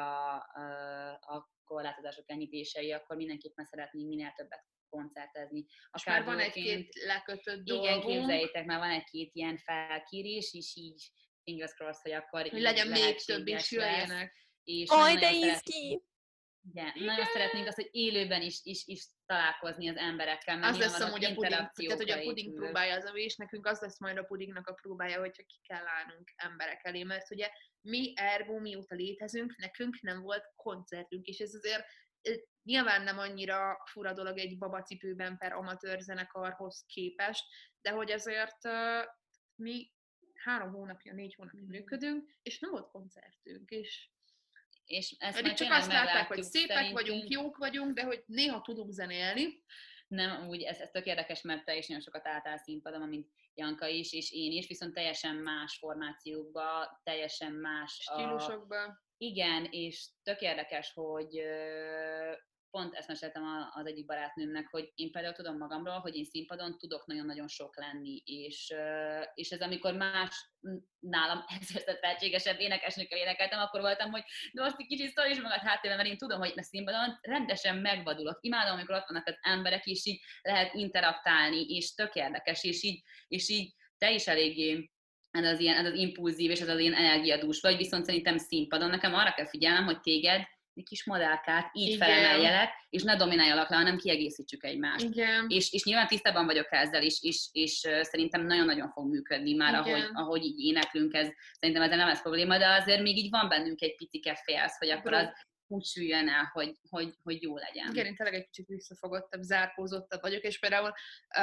Speaker 3: a korlátozások enyhítései, akkor mindenképpen szeretnénk minél többet koncertezni.
Speaker 4: És már van egy-két lekötött dolgunk.
Speaker 3: Igen, képzeljétek, már van egy-két ilyen felkérés, és így fingers crossed, hogy akkor
Speaker 4: hogy legyen még több is, jöjjenek.
Speaker 2: De ízki!
Speaker 3: Igen, nagyon szeretnénk azt, hogy élőben is találkozni az emberekkel, mert
Speaker 4: az lesz amúgy a puding,
Speaker 3: tehát
Speaker 4: hogy a puding próbálja az, és nekünk az lesz majd a pudingnak a próbája, hogyha ki kell állnunk emberek elé, mert ugye mi Ergo, mióta létezünk, nekünk nem volt koncertünk, és ez azért nyilván nem annyira fura dolog egy babacipőben per amatőr zenekarhoz képest, de hogy azért mi 3 hónapja, 4 hónapja működünk, és nem volt koncertünk, és
Speaker 3: ezt
Speaker 4: csak azt látták, hogy szépek vagyunk, jók vagyunk, de hogy néha tudunk zenélni.
Speaker 3: Nem, úgy ez tök érdekes, mert te is nagyon sokat álltál színpadon, mint Janka is, és én is, viszont teljesen más formációkba, teljesen más
Speaker 4: stílusokba.
Speaker 3: Igen, és tök érdekes, hogy pont ezt meséltem az egyik barátnőmnek, hogy én például tudom magamról, hogy én színpadon tudok nagyon-nagyon sok lenni, és ez amikor más nálam ezért tehetségesebb énekesnőkkel énekeltem, akkor voltam, hogy de most egy kicsit szólj magad háttérben, mert én tudom, hogy a színpadon rendesen megvadulok. Imádom, amikor ott vannak az emberek, és így lehet interaktálni, és tök érdekes, és így te is eléggé ez az impulzív, és ez az ilyen energiadús vagy, viszont szerintem színpadon nekem arra kell figyelnem, hogy téged egy kis modellkát így felemeljelek, és ne domináljalak le, hanem kiegészítsük egymást. És nyilván tisztában vagyok ezzel, és szerintem nagyon-nagyon fog működni már, ahogy így éneklünk, szerintem ezzel nem lesz probléma, de azért még így van bennünk egy picike félsz, hogy akkor az úgy süljön el, hogy jó legyen.
Speaker 4: Igen, én tényleg egy kicsit visszafogottabb, zárkózottabb vagyok, és például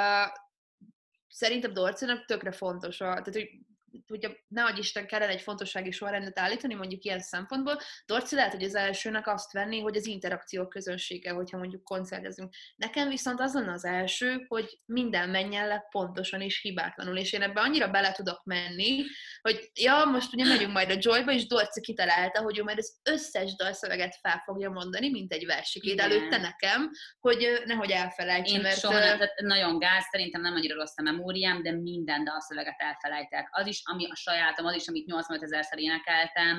Speaker 4: szerintem Dorcinak tökre fontos, tehát hogy nehogy Isten kellene egy fontossági sorrendet állítani, mondjuk ilyen szempontból, Dorci lehet, hogy az elsőnek azt venni, hogy az interakció közönsége, hogyha mondjuk koncertezünk. Nekem viszont az lenne az első, hogy minden menjen le pontosan és hibátlanul, és én ebben annyira bele tudok menni, hogy most ugye megyünk majd a Joyba, és Dorci kitalálta, hogy ő majd az összes dalszöveget fel fogja mondani, mint egy versikét előtte nekem, hogy nehogy elfelejtsem.
Speaker 3: Én soha nem, nagyon gáz, szerintem nem annyira rossz a memóriám, de minden dalszöveget elfelejtek. Az is, ami a sajátom, az is, amit 85 000-szer énekeltem,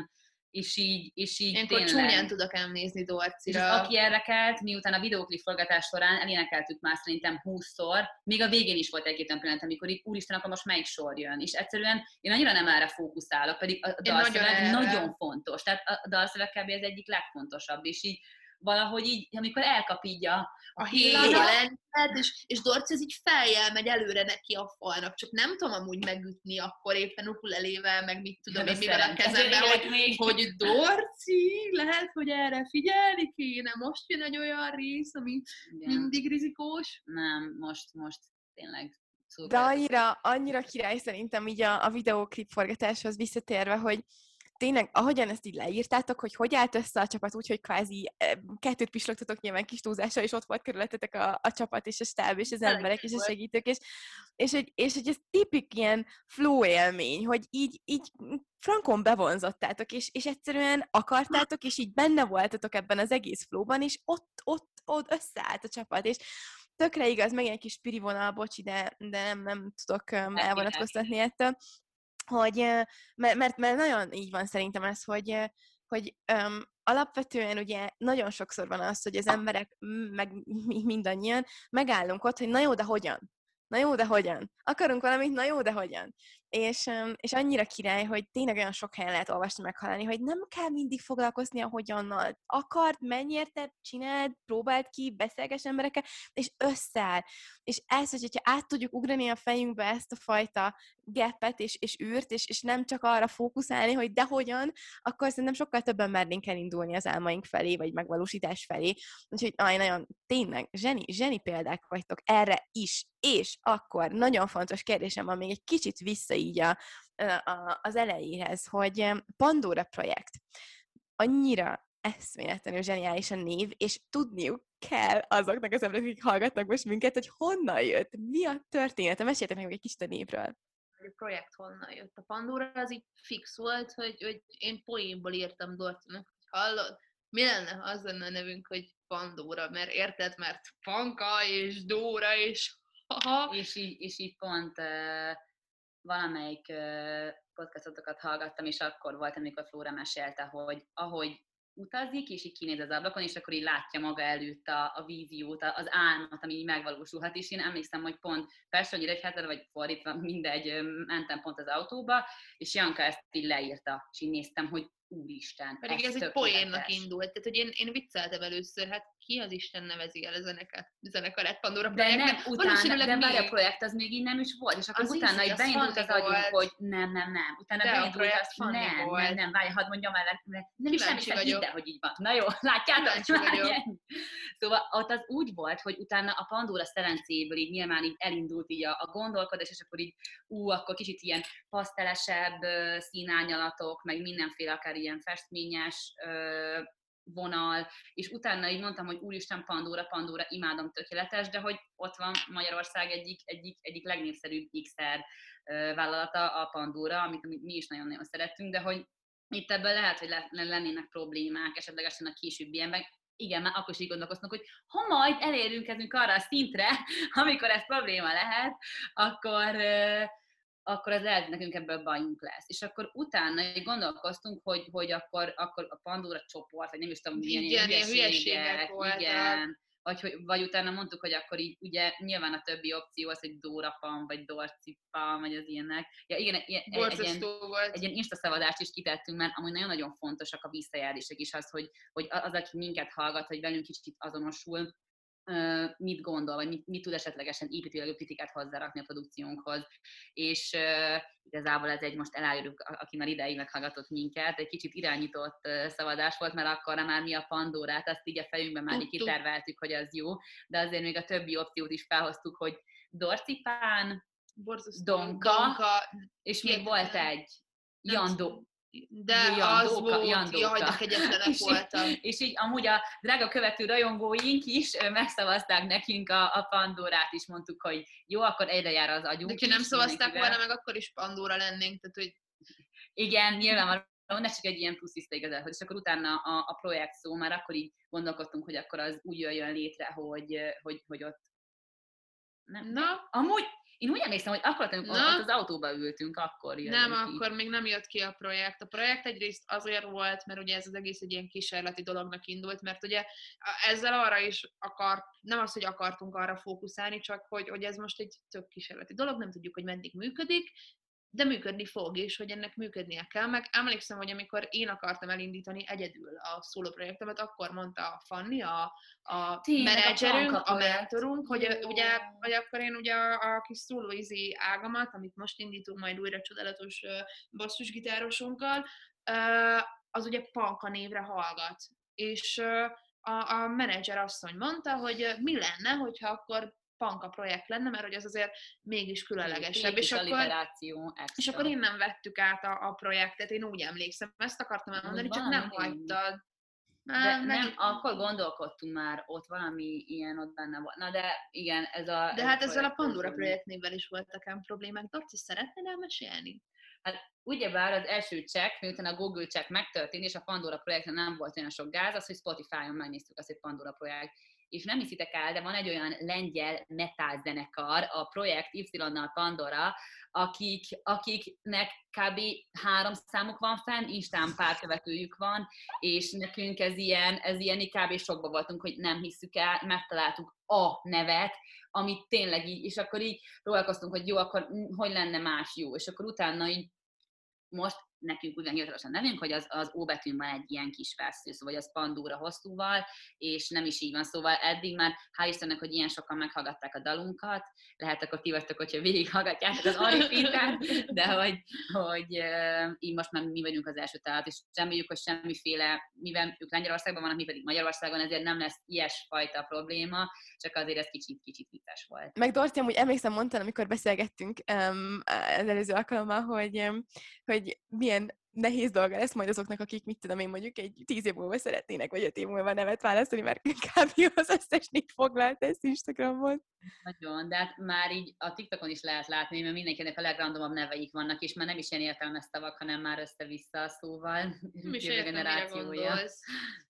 Speaker 3: és így
Speaker 4: Én akkor
Speaker 3: tényleg.
Speaker 4: csúnyán tudok emlézni
Speaker 3: És
Speaker 4: Dorcira.
Speaker 3: az, aki érdekelt, miután a videóklip forgatás során elénekeltük már szerintem 20-szor, még a végén is volt egy-két olyan pillanat, amikor így úristen, akkor most melyik sor jön. És egyszerűen én annyira nem erre fókuszálok, pedig a dalszöveg nagyon fontos. Tehát a dalszöveg kb. Az egyik legfontosabb, és így valahogy így, amikor elkap így
Speaker 4: a héja lendület, és Dorci ez így feljel megy előre neki a falnak, csak nem tudom amúgy megütni akkor éppen ukulelével, meg mit tudom én, mivel a kezemben, hogy Dorci, lehet, hogy erre figyelni kéne, most jön egy olyan rész, ami mindig rizikós.
Speaker 3: Nem, most tényleg
Speaker 1: szuper. De annyira király szerintem így a videóklip forgatáshoz visszatérve, hogy tényleg, ahogyan ezt így leírtátok, hogy állt össze a csapat úgy, hogy kvázi kettőt pislogtatok nyilván kis túlzással, és ott volt körülöttetek a csapat, és a stáb, és az emberek, és a segítők, és hogy ez tipik ilyen flow élmény, hogy így frankon bevonzottátok, és egyszerűen akartátok, és így benne voltatok ebben az egész flowban, és ott összeállt a csapat, és tökre igaz, megint egy kis spiri vonal, bocsi, de nem tudok elvonatkoztatni ettől, hogy, mert nagyon így van szerintem ez, hogy alapvetően ugye nagyon sokszor van az, hogy az emberek, meg mindannyian megállunk ott, hogy na jó, de hogyan? Na jó, de hogyan? Akarunk valamit, na jó, de hogyan? És annyira király, hogy tényleg olyan sok helyen lehet olvasni, meghallani, hogy nem kell mindig foglalkozni a hogyannal. Akart, menj érte, csináld, próbáld ki, beszélgess emberekkel, és összeáll. És ez, hogyha át tudjuk ugrani a fejünkbe ezt a fajta gapet és űrt, és nem csak arra fókuszálni, hogy de hogyan, akkor szerintem sokkal többen mernénk elindulni az álmaink felé, vagy megvalósítás felé. Úgyhogy nagyon tényleg zseni példák vagytok erre is. És akkor nagyon fontos kérdésem van még egy kicsit vissza így az elejéhez, hogy Pandora projekt annyira eszméletlenül zseniális a név, és tudniuk kell azoknak az embereknek, akik hallgatnak most minket, hogy honnan jött, mi a története. Meséljetek meg egy kicsit a névről.
Speaker 4: A projekt honnan jött. A Pandora az így fix volt, hogy én poénból írtam Dorcinak, hogy hallod, mi lenne, ha az lenne a nevünk, hogy Pandora, mert érted, mert Panka és Dóra és haha.
Speaker 3: És így pont valamelyik podcastotokat hallgattam, és akkor volt, amikor Flóra mesélte, hogy ahogy utazik, és így kinéz az ablakon, és akkor így látja maga előtt a víziót, az álmat, ami így megvalósulhat, és én emlékszem, hogy pont persze, hogy Nyíregyházára, vagy fordítva, mindegy, mentem pont az autóba, és Janka ezt így leírta, és így néztem, hogy úristen,
Speaker 4: pedig ez egy poénnak indult, tehát hogy én vicceltem először, hát ki az Isten nevezi el a zenekarát Pandora projektnek.
Speaker 3: De nem, utána, de már a projekt az még így nem is volt, és akkor az utána így beindult az agyunk, hogy nem. Utána
Speaker 4: de
Speaker 3: beindult az, nem, várj, hadd mondjam el, nem is hidd el, hogy így van. Na jó, látjátok? Szóval ott az úgy volt, hogy utána a Pandora szerencéből így nyilván így elindult így a gondolkodás, és akkor így akkor kicsit ilyen pasztelesebb színárnyalatok, meg mindenféle akár ilyen festményes vonal, és utána így mondtam, hogy úristen, Pandora, imádom, tökéletes, de hogy ott van Magyarország egyik legnépszerűbb XR vállalata, a Pandora, amit mi is nagyon-nagyon szerettünk, de hogy itt ebből lehet, hogy lennének problémák, esetlegesen a későbbiekben. Igen, már akkor is így gondolkoztunk, hogy ha majd elérünk arra a szintre, amikor ez probléma lehet, akkor az lehet, nekünk ebből bajunk lesz. És akkor utána gondolkoztunk, hogy akkor a Pandora csoport, vagy nem is tudom, milyen hülyeségek voltak. Igen. Vagy utána mondtuk, hogy akkor így ugye nyilván a többi opció az, hogy Dóra Pan, vagy Dorci Pan, vagy az ilyenek. Ja, igen, egy ilyen instaszavazást is kitettünk, mert amúgy nagyon-nagyon fontosak a visszajelzések is az, hogy az, aki minket hallgat, hogy velünk kicsit azonosul, mit gondol, vagy mit tud esetlegesen építőlegű kritikát hozzárakni a produkciónkhoz. És igazából ez egy most elájuljuk, aki már ideig meghallgatott minket, egy kicsit irányított szavazás volt, mert akkor már mi a Pandorát, azt így a fejünkben már így kiterveltük, hogy az jó, de azért még a többi opciót is felhoztuk, hogy Dorcipán, Donka, és még volt egy Jandó.
Speaker 4: De az volt, jaj, de kegyetlenek voltam.
Speaker 3: És így amúgy a drága követő rajongóink is megszavazták nekünk a Pandorát is, mondtuk, hogy jó, akkor egyre jár az agyunk.
Speaker 4: De ha nem szavazták volna meg, akkor is Pandora lennénk, tehát hogy...
Speaker 3: Igen, nyilvánvalóan, ne csak egy ilyen pusziszta igazából, és akkor utána a projekt szó, már akkor így gondolkodtunk, hogy akkor az úgy jöjjön létre, hogy ott... Nem.
Speaker 4: Na?
Speaker 3: Amúgy Én úgy emlékszem, hogy akkor ott az autóba ültünk, akkor jött
Speaker 4: Nem,
Speaker 3: ki.
Speaker 4: akkor még nem jött ki a projekt. A projekt egyrészt azért volt, mert ugye ez az egész egy ilyen kísérleti dolognak indult, mert ugye ezzel arra is nem az, hogy akartunk arra fókuszálni, csak hogy ez most egy tök kísérleti dolog, nem tudjuk, hogy meddig működik, de működni fog, és hogy ennek működnie kell. Meg emlékszem, hogy amikor én akartam elindítani egyedül a szóló projektemet, akkor mondta a Fanni, a menedzserünk, a mentorunk, hogy ugye, vagy akkor én ugye a kis szólóizi ágamat, amit most indítunk majd újra csodálatos basszusgitárosunkkal, az ugye Panka névre hallgat. És a menedzser asszony mondta, hogy mi lenne, hogyha akkor Panka projekt lenne, mert hogy az azért mégis különlegesebb. És akkor innen vettük át a projektet, én úgy emlékszem, ezt akartam elmondani, csak nem hagytad.
Speaker 3: De nem, akkor gondolkodtunk már, ott valami ilyen ott benne volt. Na de igen,
Speaker 4: De hát ezzel a Pandora projektnévvel is voltak ám problémák. Dorci, szeretnéd elmesélni?
Speaker 3: Hát ugyebár az első check, miután a Google check megtörtént, és a Pandora projekten nem volt olyan sok gáz, az, hogy Spotify-on megnéztük azt, hogy Pandora projekt. És nem hiszitek el, de van egy olyan lengyel metal zenekar, a projekt Y-nal Pandora, akiknek kb. 3 számuk van fenn, Instán pár követőjük van, és nekünk ez ilyen kb. Sokba voltunk, hogy nem hisszük el, megtaláltuk a nevet, amit tényleg így, és akkor így próbálkoztunk, hogy jó, akkor hogy lenne más jó, és akkor utána így most nekünk úgy van hivatalosan nevünk, hogy az O betűn van egy ilyen kis vessző, szóval az Pandora hosszúval, és nem is így van, szóval eddig már, hál' Istennek, hogy ilyen sokan meghallgatták a dalunkat, lehet akkor ti vagytok, hogyha végighallgatjátok az Arifintát, de hogy így most már mi vagyunk az első találat, és reméljük, hogy semmiféle, mivel ők Lengyelországban vannak, mi pedig Magyarországon, ezért nem lesz ilyesfajta probléma, csak azért ez kicsit vicces volt.
Speaker 1: Meg Dorci, amúgy emlékszem, mondtad, amikor beszélgettünk az előző alkalommal, hogy milyen nehéz dolga lesz majd azoknak, akik, mit tudom én, mondjuk egy 10 év múlva szeretnének, vagy 5 év múlva nevet választani, mert kb. Az összes név foglalt ezt Instagramon.
Speaker 3: Nagyon, de hát már így a TikTokon is lehet látni, mert mindenkinek a legrandomabb neveik vannak, és már nem is ilyen értelmes szavak, hanem már össze-vissza, szóval
Speaker 4: Nem is értem, mire gondolsz.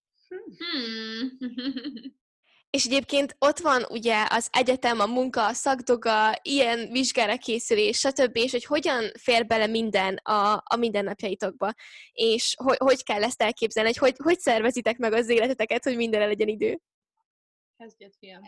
Speaker 2: És egyébként ott van ugye az egyetem, a munka, a szakdoga, ilyen vizsgára készülés, stb. És hogy hogyan fér bele minden a mindennapjaitokba, és hogy kell ezt elképzelni, hogy szervezitek meg az életeteket, hogy mindenre legyen idő?
Speaker 4: Kezdjed, fiam.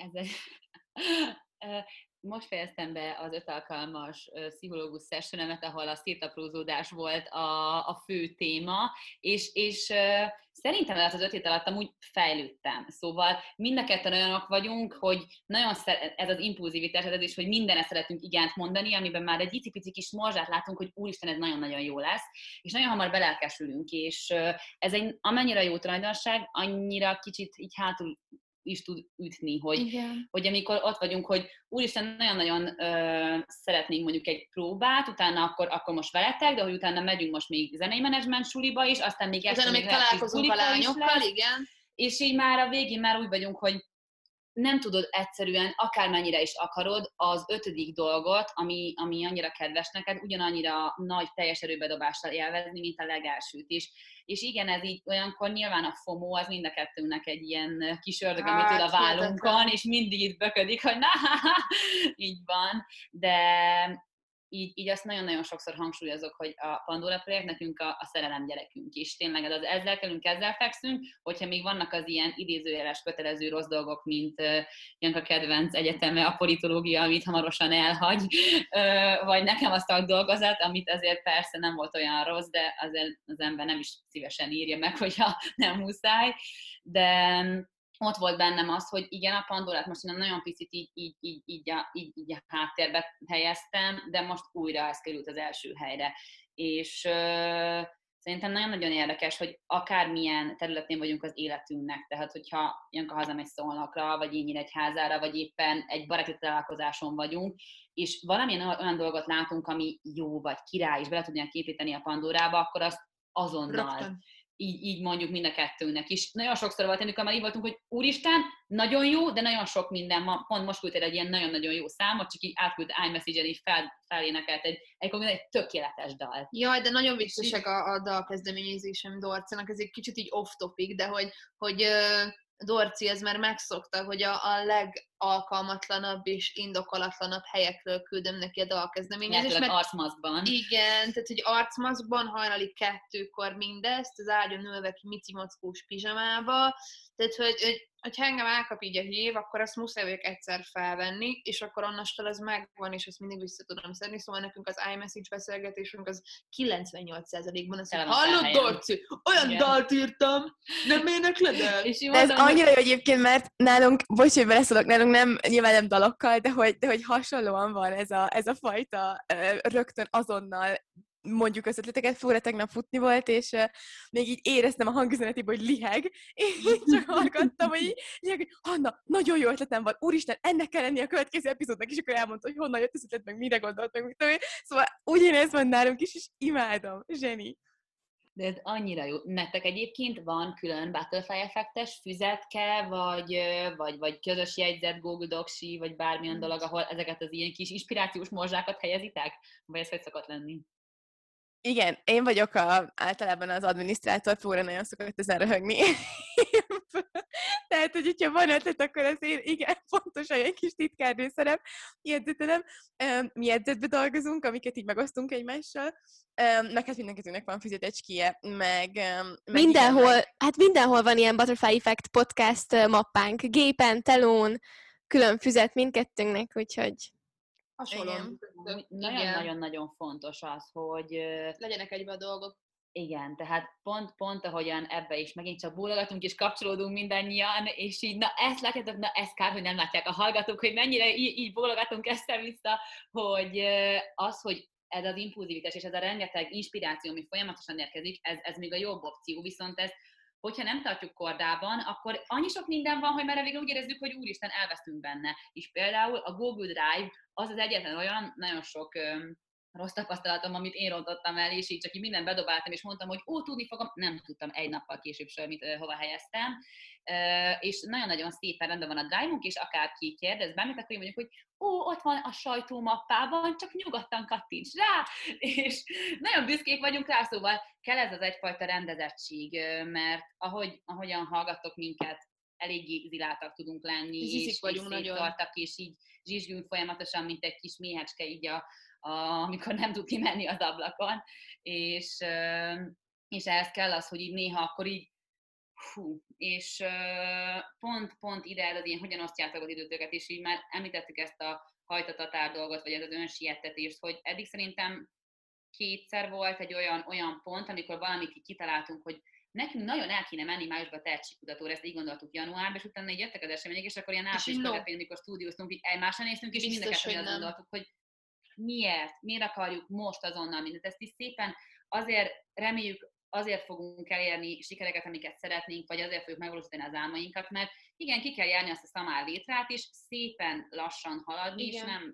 Speaker 3: Most fejeztem be az 5 alkalmas pszichológus sessionemet, ahol a szétaprózódás volt a fő téma, és szerintem az 5 hét alatt amúgy fejlődtem. Szóval mind a ketten olyanok vagyunk, hogy nagyon ez az impulzivitás, ez is, hogy mindenre szeretünk igent mondani, amiben már egy icipici kis morzsát látunk, hogy úristen, ez nagyon-nagyon jó lesz, és nagyon hamar belelkesülünk, és ez egy amennyire jó tulajdonság, annyira kicsit így hátul is tud ütni, hogy amikor ott vagyunk, hogy úristen, nagyon-nagyon szeretnénk mondjuk egy próbát, utána akkor most veletek, de hogy utána megyünk most még zenei menedzsment suliba is, aztán még
Speaker 4: utána még találkozunk a lányokkal, igen.
Speaker 3: És így már a végén már úgy vagyunk, hogy nem tudod egyszerűen, akármennyire is akarod, az 5. dolgot, ami annyira kedves neked, ugyanannyira nagy teljes erőbedobással élvezni, mint a legelsőt is. És igen, ez így olyankor nyilván a FOMO az mind a kettőnknek egy ilyen kis ördög, amit tud a vállunkon, és mindig itt böködik, hogy így van, de így azt nagyon-nagyon sokszor hangsúlyozok, hogy a Pandora projekt nekünk a szerelem gyerekünk is. Tényleg ezzel kellünk, ezzel fekszünk, hogyha még vannak az ilyen idézőjeles kötelező rossz dolgok, mint Janka kedvenc egyeteme, a politológia, amit hamarosan elhagy, vagy nekem a szakdolgozat, amit azért persze nem volt olyan rossz, de azért az ember nem is szívesen írja meg, hogyha nem muszáj, de ott volt bennem az, hogy igen, a Pandorát most én nagyon picit így a háttérbe helyeztem, de most újra ez került az első helyre. És szerintem nagyon-nagyon érdekes, hogy akármilyen területén vagyunk az életünknek, tehát hogyha Janka hazamegy Szolnokra, vagy én Nyíregyházára, vagy éppen egy baráti találkozáson vagyunk, és valamilyen olyan dolgot látunk, ami jó, vagy király, és bele tudják építeni a Pandorába, akkor azt azonnal így mondjuk mind a kettőnek is. Nagyon sokszor volt, amikor már így voltunk, hogy úristen, nagyon jó, de nagyon sok minden, pont most küldtél egy ilyen nagyon-nagyon jó számot, csak így átküld iMessage-en, így felénekelt egy tökéletes dal.
Speaker 4: Jaj, de nagyon viccesek a dalkezdeményezésem Dorcinak, ez egy kicsit így off-topic, de hogy Dorci ez már megszokta, hogy a legalkalmatlanabb és indokolatlanabb helyekről küldöm neki a dalkezdeményezést.
Speaker 3: Mert arcmaszkban.
Speaker 4: Igen, tehát hogy arcmaszkban hajnali 2-kor mindezt, az ágyon ülve ki micimackós pizsamába, tehát hogy engem elkap így a hív, akkor azt muszáj vagyok egyszer felvenni, és akkor onnastól az megvan, és azt mindig vissza tudom szedni, szóval nekünk az iMessage beszélgetésünk az 98%-ban az, hogy hallod, Dorci, olyan dalt írtam, nem énekled el?
Speaker 1: De ez annyira jó egyébként, mert nálunk, bocs, hogy beleszólok, nálunk nem, nyilván nem dalokkal, de hogy hasonlóan van ez a fajta rögtön azonnal mondjuk az ötleteket, Flóra tegnap futni volt, és még így éreztem a hangüzenetéből, hogy liheg, és én csak hallgattam, hogy Hanna, nagyon jó ötletem van, úristen, ennek kell lenni a következő epizódnak, és akkor elmondta, hogy honnan jött az ötlet, meg mire gondolt, meg mit tudom én. Szóval ugyanez van nálunk is, és imádom, zseni.
Speaker 3: De ez annyira jó. Nektek egyébként van külön Butterfly effektes füzetke, vagy közös jegyzet, Google Docs-i, vagy bármilyen dolog, ahol ezeket az ilyen kis inspirációs morzsákat helyezitek? Vagy ez hogy szokott lenni?
Speaker 1: Igen, én vagyok általában az adminisztrátor, Flóra nagyon szokott ezen röhögni. Tehát, hogyha van ötlet, akkor az én, igen, pontosan egy kis titkárnő szerep, jegyzetelem. Mi jegyzetbe dolgozunk, amiket így megosztunk egymással, meg hát mindenkezőnek van füzetecskéje, meg
Speaker 2: mindenhol, hát mindenhol van ilyen Butterfly Effect podcast mappánk, gépen, telón, külön füzet mindkettőnknek, úgyhogy...
Speaker 3: Nagyon-nagyon fontos az, hogy
Speaker 4: legyenek egybe a dolgok.
Speaker 3: Igen, tehát pont ahogyan ebbe is megint csak bólogatunk és kapcsolódunk mindannyian, és így, na ezt látjátok, na ezt kár, hogy nem látják a hallgatók, hogy mennyire így bólogatunk össze-vissza, hogy az, hogy ez az impulzivitás és ez a rengeteg inspiráció, ami folyamatosan érkezik, ez még a jobb opció, viszont ez, hogyha nem tartjuk kordában, akkor annyi sok minden van, hogy már végül úgy érezzük, hogy úristen, elvesztünk benne. És például a Google Drive az egyetlen olyan, nagyon sok rossz tapasztalatom, amit én rontottam el, és így csak így mindent bedobáltam, és mondtam, hogy tudni fogom, nem tudtam egy nappal később sem, mit hova helyeztem, és nagyon-nagyon szépen rendben van a Drive-unk, és akárki kérdez bármit, akkor én mondjuk, hogy ott van a sajtómappában, csak nyugodtan kattints rá, és nagyon büszkék vagyunk rá, szóval kell ez az egyfajta rendezettség, mert ahogyan hallgattok minket, eléggé ziláltak tudunk lenni, és széttartak, és így zsizsgünk folyamatosan, mint egy kis méhecske így amikor nem tud kimenni az ablakon, és ehhez kell az, hogy így néha akkor így és pont ide ez az ilyen, hogyan osztjátok az időtöket, és így már említettük ezt a hajtatatár dolgot, vagy ez az önsiettetést, hogy eddig szerintem kétszer volt egy olyan pont, amikor valamit így kitaláltunk, hogy nekünk nagyon el kéne menni májusban a tehetségkutatóra, ezt így gondoltuk januárban, és utána így jöttek az események, és akkor ilyen április közepén, amikor stúdióztunk, így egymásra néztünk, és mind a ketten azt gondoltuk, hogy miért akarjuk most azonnal mindent. Ezt is szépen azért reméljük, azért fogunk elérni sikereket, amiket szeretnénk, vagy azért fogjuk megvalósítani az álmainkat, mert igen, ki kell járni azt a szamár létrát, és szépen lassan haladni, igen. És nem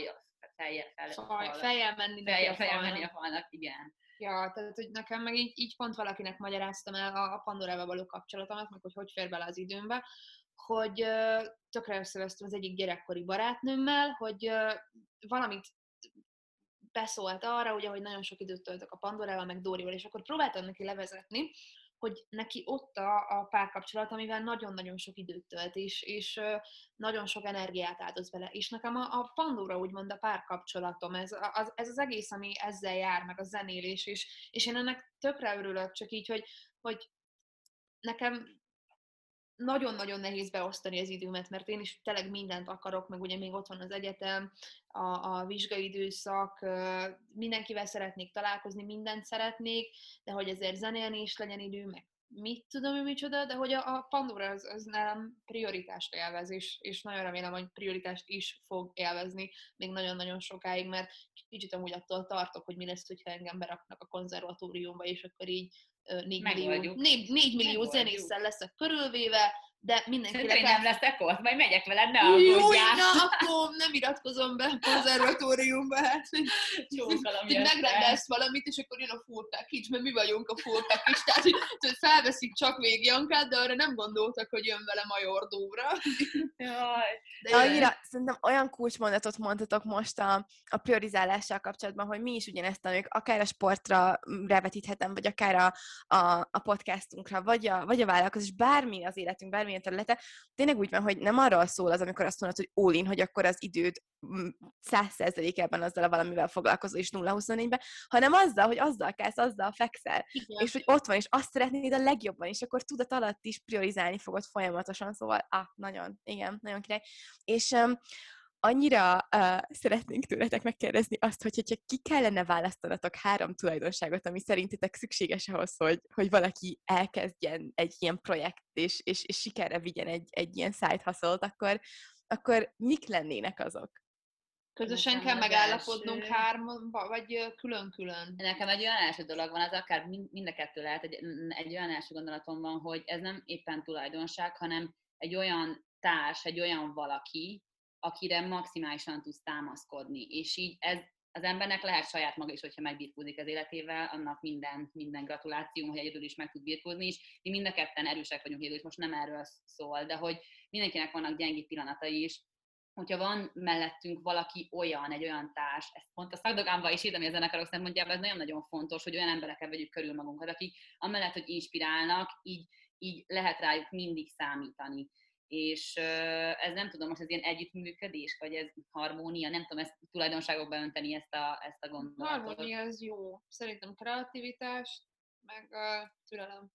Speaker 4: fejjel menni
Speaker 3: a falnak, igen.
Speaker 4: Ja, tehát hogy nekem meg így pont valakinek magyaráztam el a Pandorával való kapcsolatomat, meg hogy fér bele az időmbe, hogy tökre összevesztem az egyik gyerekkori barátnőmmel, hogy valamit beszólt arra, ugye, hogy nagyon sok időt töltök a Pandorával, meg Dórival, és akkor próbáltam neki levezetni, hogy neki ott a párkapcsolat, amivel nagyon-nagyon sok időt tölt, és nagyon sok energiát áldoz vele. És nekem a Pandora úgymond a párkapcsolatom, ez az egész, ami ezzel jár, meg a zenélés, és én ennek tökre örülök, csak így, hogy nekem nagyon-nagyon nehéz beosztani az időmet, mert én is tényleg mindent akarok, meg ugye még ott van az egyetem, a vizsgaidőszak, mindenkivel szeretnék találkozni, mindent szeretnék, de hogy ezért zenélni is legyen idő, meg mit tudom, micsoda, de hogy a Pandora az nálam prioritást élvez, és nagyon remélem, hogy prioritást is fog élvezni még nagyon-nagyon sokáig, mert kicsit amúgy attól tartok, hogy mi lesz, hogyha engem beraknak a konzervatóriumba, és akkor így 4 millió zenésszel leszek körülvéve, de mindenkinek...
Speaker 3: Szerintem nem leszek ott, majd megyek veled, ne aggódjál.
Speaker 4: Na, akkor nem iratkozom be a konzervatóriumba, hát megrendelsz valamit, és akkor jön a full package, mert mi vagyunk a full package, tehát hogy felveszik csak Végjankát, de arra nem gondoltak, hogy jön vele Major Dóra.
Speaker 1: De annyira, szerintem olyan kulcsmondatot mondhatok most a priorizálással kapcsolatban, hogy mi is ugyanezt tanuljuk, akár a sportra revetíthetem, vagy akár a podcastunkra, vagy a vállalkozás, bármi az életünk, bármilyen területe, tényleg úgy van, hogy nem arról szól az, amikor azt mondod, hogy all in, hogy akkor az időd 100%-ában azzal a valamivel foglalkozol, és 0-24-ben, hanem azzal, hogy azzal kezd, azzal fekszel, és hogy ott van, és azt szeretnéd a legjobban, és akkor tudat alatt is priorizálni fogod folyamatosan, szóval, nagyon király. És annyira szeretnénk tőletek megkérdezni azt, hogyha ki kellene választanatok 3 tulajdonságot, ami szerintetek szükséges ahhoz, hogy valaki elkezdjen egy ilyen projekt, és sikerre vigyen egy ilyen side hustle-t, akkor mik lennének azok?
Speaker 4: Közösen kell megállapodnunk 3, vagy külön-külön?
Speaker 3: Nekem egy olyan első dolog van, az akár mind a kettő lehet, egy olyan első gondolatom van, hogy ez nem éppen tulajdonság, hanem egy olyan társ, egy olyan valaki, akire maximálisan tudsz támaszkodni. És így ez az embernek lehet saját maga is, hogyha megbirkózik az életével, annak minden gratuláció, hogy egyedül is meg tud birkózni, és mi mind a ketten erősek vagyunk egyedül, és most nem erről szól, de hogy mindenkinek vannak gyengébb pillanatai is, hogyha van mellettünk valaki egy olyan társ, ezt pont a szakdogámban is írtam, hogy a zenekarok szempontjából ez nagyon-nagyon fontos, hogy olyan emberekkel vegyük körül magunkat, akik amellett, hogy inspirálnak, így lehet rájuk mindig számítani. És ez nem tudom, most ez ilyen együttműködés, vagy ez harmónia, nem tudom ezt tulajdonságokba önteni ezt a gondolatot.
Speaker 4: Harmónia az jó. Szerintem kreativitás, meg türelem.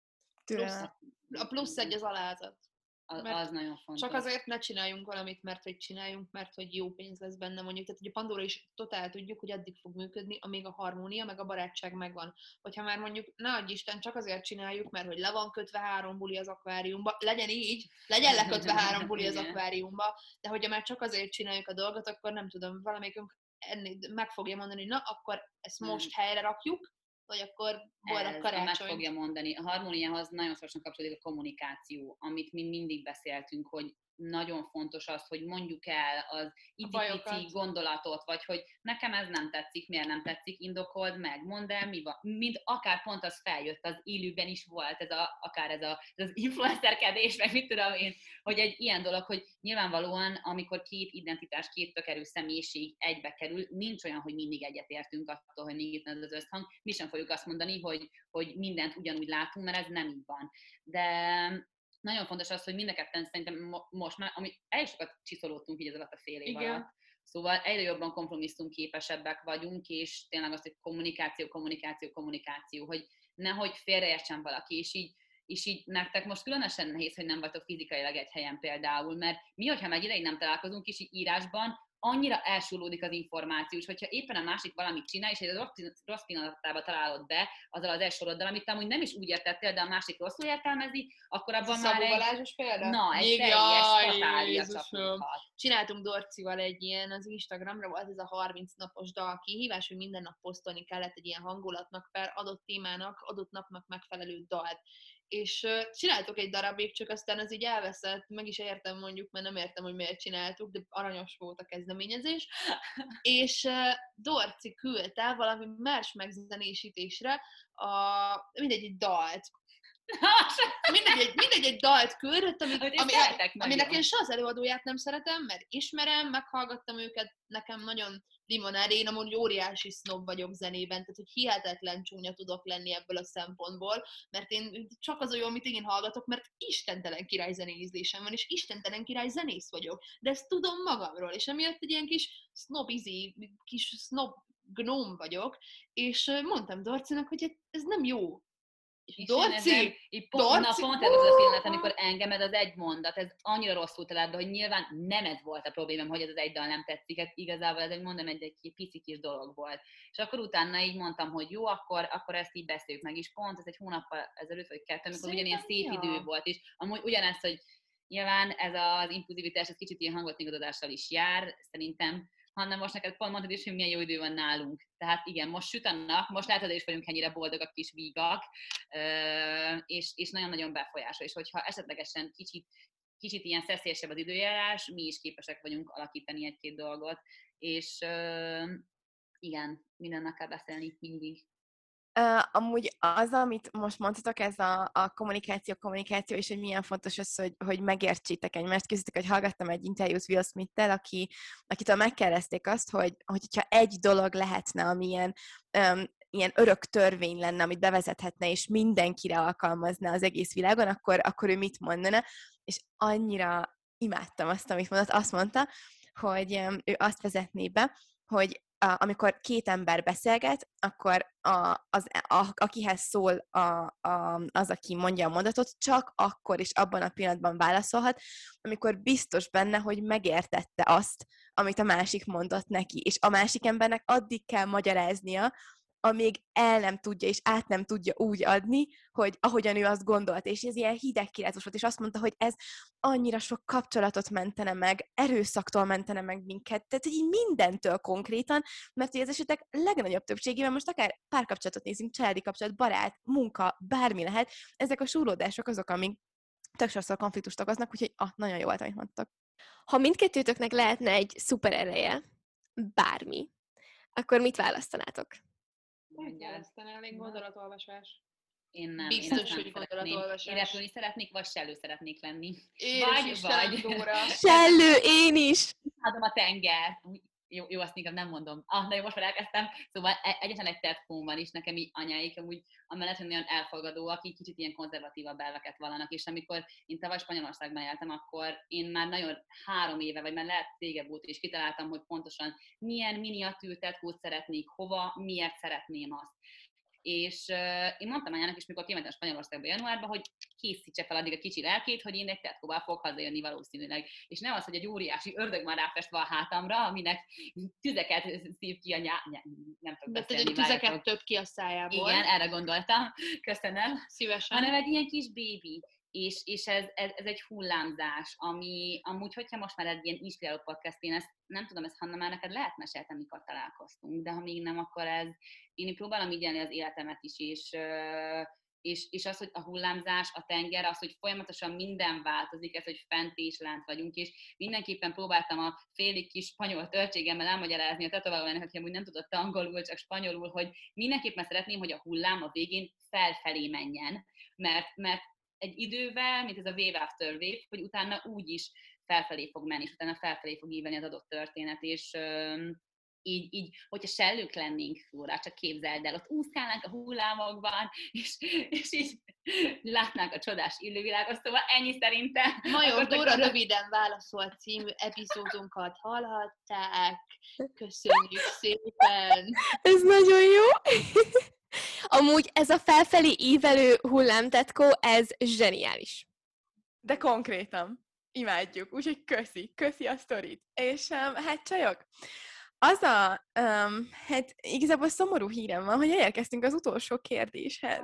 Speaker 4: A plusz egy az alázat.
Speaker 3: Az nagyon fontos.
Speaker 4: Csak azért ne csináljunk valamit, mert hogy jó pénz lesz benne, mondjuk. Tehát ugye Pandora is totál tudjuk, hogy addig fog működni, amíg a harmónia, meg a barátság megvan. Hogyha már mondjuk, ne adj Isten, csak azért csináljuk, mert hogy le van kötve 3 buli az akváriumba, legyen így, legyen lekötve 3 buli az akváriumba, de hogyha már csak azért csináljuk a dolgot, akkor nem tudom, valamelyikünk meg fogja mondani, hogy na, akkor ezt most helyre rakjuk, vagy akkor boldog karácsony.
Speaker 3: Meg fogja mondani. A harmóniához nagyon szorosan kapcsolódik a kommunikáció, amit mi mindig beszéltünk, hogy nagyon fontos az, hogy mondjuk el az icipici gondolatot, vagy hogy nekem ez nem tetszik, miért nem tetszik, indokold meg, mondd el, mi van. Mint akár pont az feljött, az élőben is volt, ez az influencerkedés, meg mit tudom én, hogy egy ilyen dolog, hogy nyilvánvalóan, amikor 2 identitás, 2 tök erős személyiség egybe kerül, nincs olyan, hogy mindig egyetértünk attól, hogy még itt az összhang. Mi sem fogjuk azt mondani, hogy mindent ugyanúgy látunk, mert ez nem így van. De nagyon fontos az, hogy mind a ketten szerintem most már, elég sokat csiszolódtunk így az alatt a fél év alatt. Szóval egyre jobban kompromisszumképesebbek vagyunk, és tényleg az, hogy kommunikáció, hogy nehogy félreértsen valaki, és így nektek most különösen nehéz, hogy nem vagytok fizikailag egy helyen például, mert mi, hogyha meg ideig nem találkozunk, és így írásban annyira elsúlódik az információ, és hogyha éppen a másik valamit csinál, és egy rossz pillanatába találod be azzal az elsoroddal, amit amúgy nem is úgy értettél, de a másik rosszul értelmezi, akkor abban már
Speaker 4: Balázsos példa?
Speaker 3: egy teljes fatália csapódhat.
Speaker 4: Csináltunk Dorcival egy ilyen, az Instagramra volt ez a 30 napos dal kihívás, hogy minden nap posztolni kellett egy ilyen hangulatnak, per adott témának, adott napnak megfelelő dalt. És csináltuk egy darabig, csak aztán ez így elveszett, meg is értem mondjuk, mert nem értem, hogy miért csináltuk, de aranyos volt a kezdeményezés. És Dorci küldte valami mers megzenésítésre egy dalt. Mindegy egy dalt küldött, aminek én se az előadóját nem szeretem, mert ismerem, meghallgattam őket, nekem nagyon limonád, én amúgy óriási sznob vagyok zenében, tehát hogy hihetetlen csúnya tudok lenni ebből a szempontból, mert én csak az olyan, amit én hallgatok, mert istentelen király zenéízlésem van, és istentelen király zenész vagyok, de ezt tudom magamról, és emiatt egy ilyen kis snob gnóm vagyok, és mondtam Dorcinak, hogy ez nem jó.
Speaker 3: Dorci! Pont ez az a pillanat, amikor engem ez az egy mondat, ez annyira rosszul talált be, hogy nyilván nem ez volt a problémám, hogy ez az egy dal nem tetszik, ez igazából ez egy pici kis dolog volt. És akkor utána így mondtam, hogy jó, akkor ezt így beszéljük meg is. Pont ez egy hónappal ezelőtt, vagy 2, amikor ugyanilyen szép idő volt, és amúgy ugyanezt, hogy nyilván ez az impulzivitás, ez kicsit ilyen hangotingadodással is jár, szerintem. Hanna, most neked pont mondtad is, hogy milyen jó idő van nálunk. Tehát igen, most süt a nap, most látod is vagyunk ennyire boldogak kis vígak, és nagyon-nagyon befolyásol. És hogyha esetlegesen kicsit ilyen szeszélyesebb az időjárás, mi is képesek vagyunk alakítani egy-két dolgot. És igen, mindennek kell beszélni mindig.
Speaker 1: Amúgy az, amit most mondtatok, ez a kommunikáció, és hogy milyen fontos az, hogy megértsétek egymást. Készítek, hogy hallgattam egy interjút Will Smith-tel, akitől megkérdezték azt, hogyha egy dolog lehetne, ami ilyen örök törvény lenne, amit bevezethetne, és mindenkire alkalmazna az egész világon, akkor ő mit mondana? És annyira imádtam azt, amit mondott. Azt mondta, hogy ő azt vezetné be, hogy amikor két ember beszélget, akkor akihez szól az, aki mondja a mondatot, csak akkor és abban a pillanatban válaszolhat, amikor biztos benne, hogy megértette azt, amit a másik mondott neki, és a másik embernek addig kell magyaráznia, amíg el nem tudja, és át nem tudja úgy adni, hogy ahogyan ő azt gondolt, és ez ilyen hideg királyzós volt, és azt mondta, hogy ez annyira sok kapcsolatot mentene meg, erőszaktól mentene meg minket, tehát így mindentől konkrétan, mert hogy az esetek legnagyobb többségében, most akár párkapcsolatot nézünk, családi kapcsolat, barát, munka, bármi lehet, ezek a súrlódások azok, amik tök sokszor konfliktust okoznak, úgyhogy nagyon jó volt, amit mondtak.
Speaker 2: Ha mindkettőtöknek lehetne egy szuper ereje, bármi, akkor mit választanátok?
Speaker 5: Mit választanál? Még gondolatolvasás.
Speaker 3: Én nem.
Speaker 4: Biztos,
Speaker 3: én azt nem
Speaker 4: hogy
Speaker 3: szeretném.
Speaker 4: gondolatolvasás.
Speaker 3: Én repülni szeretnék, vagy sellő szeretnék lenni.
Speaker 4: Édes Istenem, Dóra.
Speaker 2: Sellő, én is!
Speaker 3: Adom a tenger. Jó, azt inkább nem mondom. De jó, most már elkezdtem. Szóval egyetlen egy tetkóm van is, nekem így anyáik, amúgy amellett, hogy nagyon elfogadóak, így kicsit ilyen konzervatívabb elveket vallanak, és amikor én tavaly Spanyolországban éltem, akkor én már nagyon 3 éve, vagy már lehet régebb óta is kitaláltam, hogy pontosan milyen miniatűr tetkót szeretnék, hova, miért szeretném azt. És én mondtam anyának is, mikor kimentem Spanyolországba januárban, hogy készítse fel addig a kicsi lelkét, hogy én egy tetkóval fogok hazajönni valószínűleg. És nem az, hogy egy óriási ördög van ráfestve a hátamra, aminek tüzeket szív ki a nem tudok beszélni.
Speaker 4: De tüzeket több ki a szájából.
Speaker 3: Igen, erre gondoltam. Köszönöm.
Speaker 4: Szívesen.
Speaker 3: Hanem egy ilyen kis bébi. És ez egy hullámzás, ami amúgy, hogyha most már egy ilyen inspiráló podcast, én ezt nem tudom, ezt Hanna már neked lehet mesélni, amikor találkoztunk, de ha még nem, akkor én próbálom így élni az életemet is, és az, hogy a hullámzás, a tenger, az, hogy folyamatosan minden változik, ez, hogy fent és lent vagyunk, és mindenképpen próbáltam a félig kis spanyol töltségemmel elmagyarázni a tetoválójának, aki amúgy nem tudott angolul, csak spanyolul, hogy mindenképpen szeretném, hogy a hullám a végén felfelé menjen, mert egy idővel, mint ez a wave after wave, hogy utána úgy is felfelé fog menni, és utána felfelé fog ívelni az adott történet, és így, hogyha sellők lennénk, Flóra, csak képzeld el, ott úszkálnánk a hullámokban, és így látnánk a csodás illővilágot, szóval ennyi szerintem.
Speaker 4: Major Dóra röviden válaszol című epizódunkat hallhatták. Köszönjük szépen!
Speaker 2: Ez nagyon jó! Amúgy ez a felfelé ívelő hullámtetkó, ez zseniális.
Speaker 1: De konkrétan. Imádjuk. Úgyhogy köszi a sztorit. És hát csajok, hát igazából szomorú hírem van, hogy elérkeztünk az utolsó kérdéshez.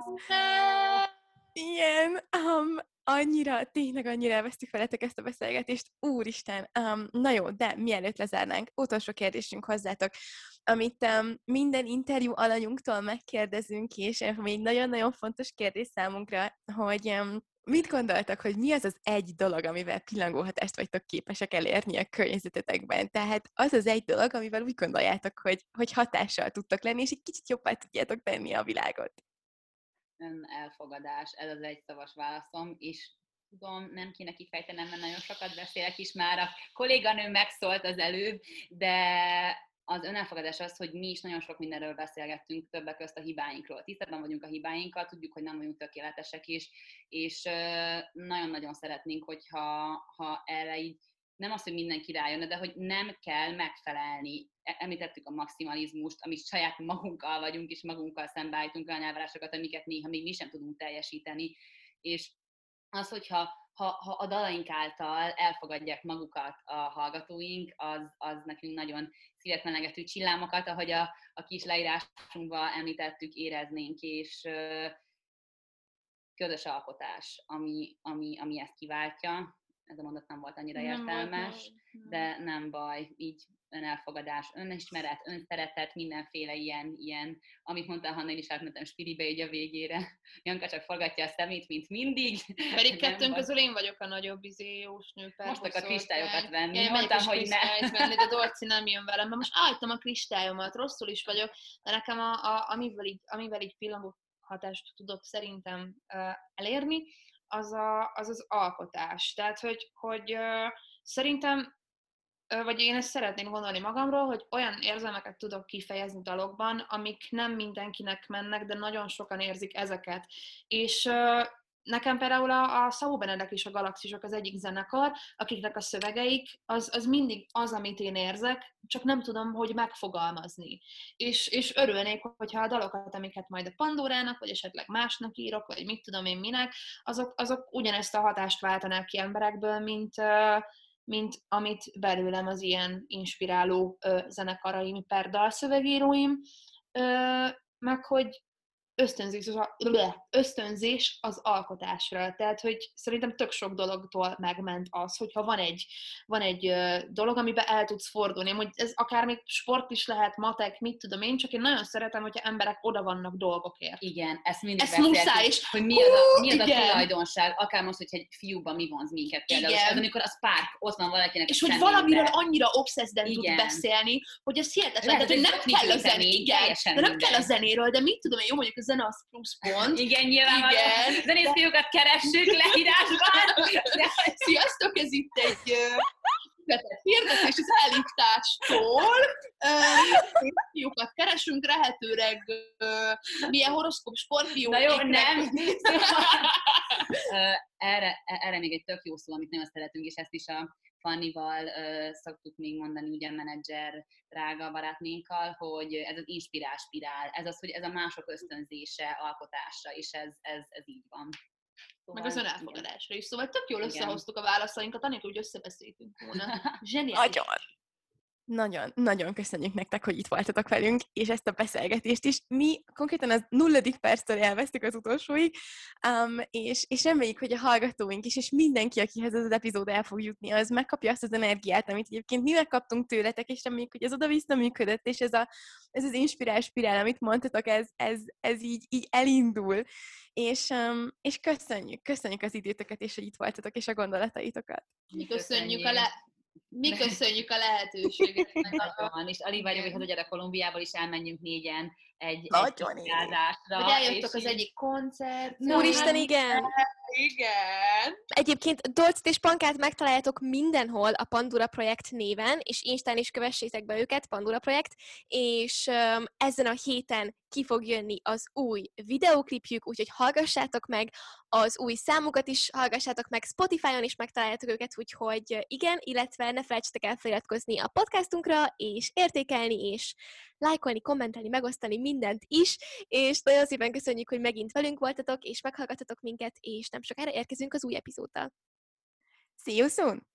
Speaker 1: Igen, tényleg annyira elvesztük veletek ezt a beszélgetést. Úristen, na jó, de mielőtt lezárnánk, utolsó kérdésünk hozzátok, amit minden interjú alanyunktól megkérdezünk, és ami egy nagyon-nagyon fontos kérdés számunkra, hogy mit gondoltak, hogy mi az az egy dolog, amivel pillangóhatást vagytok képesek elérni a környezetetekben? Tehát az az egy dolog, amivel úgy gondoljátok, hogy hatással tudtok lenni, és egy kicsit jobban tudjátok tenni a világot.
Speaker 3: Elfogadás, ez az egyszavas válaszom, és tudom, nem kéne kifejtenem, mert nagyon sokat beszélek is már, a kolléganő megszólt az előbb, de az önelfogadás az, hogy mi is nagyon sok mindenről beszélgettünk, többek közt a hibáinkról. Tisztában vagyunk a hibáinkkal, tudjuk, hogy nem vagyunk tökéletesek is, és nagyon-nagyon szeretnénk, hogyha erre így nem az, hogy mindenki rájönne, de hogy nem kell megfelelni. Említettük a maximalizmust, amit saját magunkkal vagyunk, és magunkkal szembeállítunk olyan elvárásokat, amiket néha még mi sem tudunk teljesíteni. És az, hogyha a dalaink által elfogadják magukat a hallgatóink, az nekünk nagyon szívet melengető csillámokat, ahogy a kis leírásunkban említettük, éreznénk, és közös alkotás, ami ezt kiváltja. Ez a mondat nem volt annyira értelmes, de nem baj, így önelfogadás, önismeret, önszeretet, mindenféle ilyen, amit mondta Hanna, én is átmentem spiribe így a végére. Janka csak forgatja a szemét, mint mindig.
Speaker 4: Pedig kettőnk közül én vagyok a nagyobb jósnő.
Speaker 3: Most meg a kristályokat venni.
Speaker 4: Én
Speaker 3: mondtam, hogy ne.
Speaker 4: Venni, de Dorci nem jön velem. Mert most álltam a kristályomat, rosszul is vagyok, de nekem amivel így pillangó hatást tudok szerintem elérni, az az alkotás. Tehát, hogy szerintem vagy én ezt szeretném gondolni magamról, hogy olyan érzelmeket tudok kifejezni dalokban, amik nem mindenkinek mennek, de nagyon sokan érzik ezeket. És nekem például a Szabó Benedek és a Galaxisok az egyik zenekar, akiknek a szövegeik, az mindig az, amit én érzek, csak nem tudom, hogy megfogalmazni. És örülnék, hogyha a dalokat, amiket majd a Pandórának, vagy esetleg másnak írok, vagy mit tudom én minek, azok ugyanezt a hatást váltanák ki emberekből, mint amit belőlem az ilyen inspiráló zenekaraim per dalszövegíróim, meg hogy ösztönzés az alkotásra. Tehát, hogy szerintem tök sok dologtól megment az, hogyha van egy dolog, amiben el tudsz fordulni. Hogy ez akár még sport is lehet, matek, mit tudom én, csak én nagyon szeretem, hogyha emberek oda vannak dolgokért.
Speaker 3: Igen, ezt mindig
Speaker 4: ezt muszáj,
Speaker 3: beszéltük, hogy mi az a tulajdonság, akár most, hogyha egy fiúban mi vonz minket például, és az, amikor a spark ott van valakinek
Speaker 4: és hogy valamiről annyira obszesszden tud beszélni, hogy ez hihetetlen, tehát hogy nem kell a zenéről, de nem kell a zenéről, de mit tudom én, jó, mondjuk a zene az pluszpont.
Speaker 3: Igen, nyilvánvalóan. Zenészfiúkat keressük leírásban.
Speaker 4: Sziasztok, ez itt egy hirdetés az elintástól. Fiúkat keresünk, lehetőleg milyen horoszkóp, sportfiúk.
Speaker 3: Na jó, nem. Erre még egy tök jó szó, amit nagyon szeretünk, és ezt is a Fannival szoktuk még mondani, ugye a menedzser drága barátnénkkal, hogy ez az inspirálspirál, ez az, hogy ez a mások ösztönzése, alkotásra, és ez így van.
Speaker 4: Meg az önelfogadásra is. Szóval tök jól összehoztuk a válaszainkat, anélkül, hogy összebeszéltünk volna. Zseniális.
Speaker 1: Nagyon, nagyon köszönjük nektek, hogy itt voltatok velünk, és ezt a beszélgetést is. Mi konkrétan az 0. perctől elvesztük az utolsóig, és reméljük, hogy a hallgatóink is, és mindenki, akihez ez az epizód el fog jutni, az megkapja azt az energiát, amit egyébként mi megkaptunk tőletek, és reméljük, hogy ez oda-vissza működött, és ez az inspirál spirál, amit mondtatok, ez így elindul. És köszönjük az időtöket, és hogy itt voltatok, és a gondolataitokat.
Speaker 4: Mi köszönjük a lehetőséget.
Speaker 3: És alig vagyok, hogy hazagyetek Kolumbiából, és elmenjünk négyen egy
Speaker 4: kiállásra. Hogy eljöttök az egyik koncert.
Speaker 2: Úristen, igen!
Speaker 4: Igen!
Speaker 2: Egyébként Dolcit és Pankát megtaláljátok mindenhol a Pandora Projekt néven, és Instán is kövessétek be őket, Pandora Projekt, és ezen a héten ki fog jönni az új videóklipjük, úgyhogy hallgassátok meg, az új számukat is hallgassátok meg, Spotify-on is megtaláljátok őket, úgyhogy igen, illetve ne felejtsetek el feliratkozni a podcastunkra, és értékelni, és lájkolni, kommentelni, megosztani mindent is, és nagyon szépen köszönjük, hogy megint velünk voltatok, és meghallgattatok minket, és nem sokára érkezünk az új epizóddal.
Speaker 1: See you soon!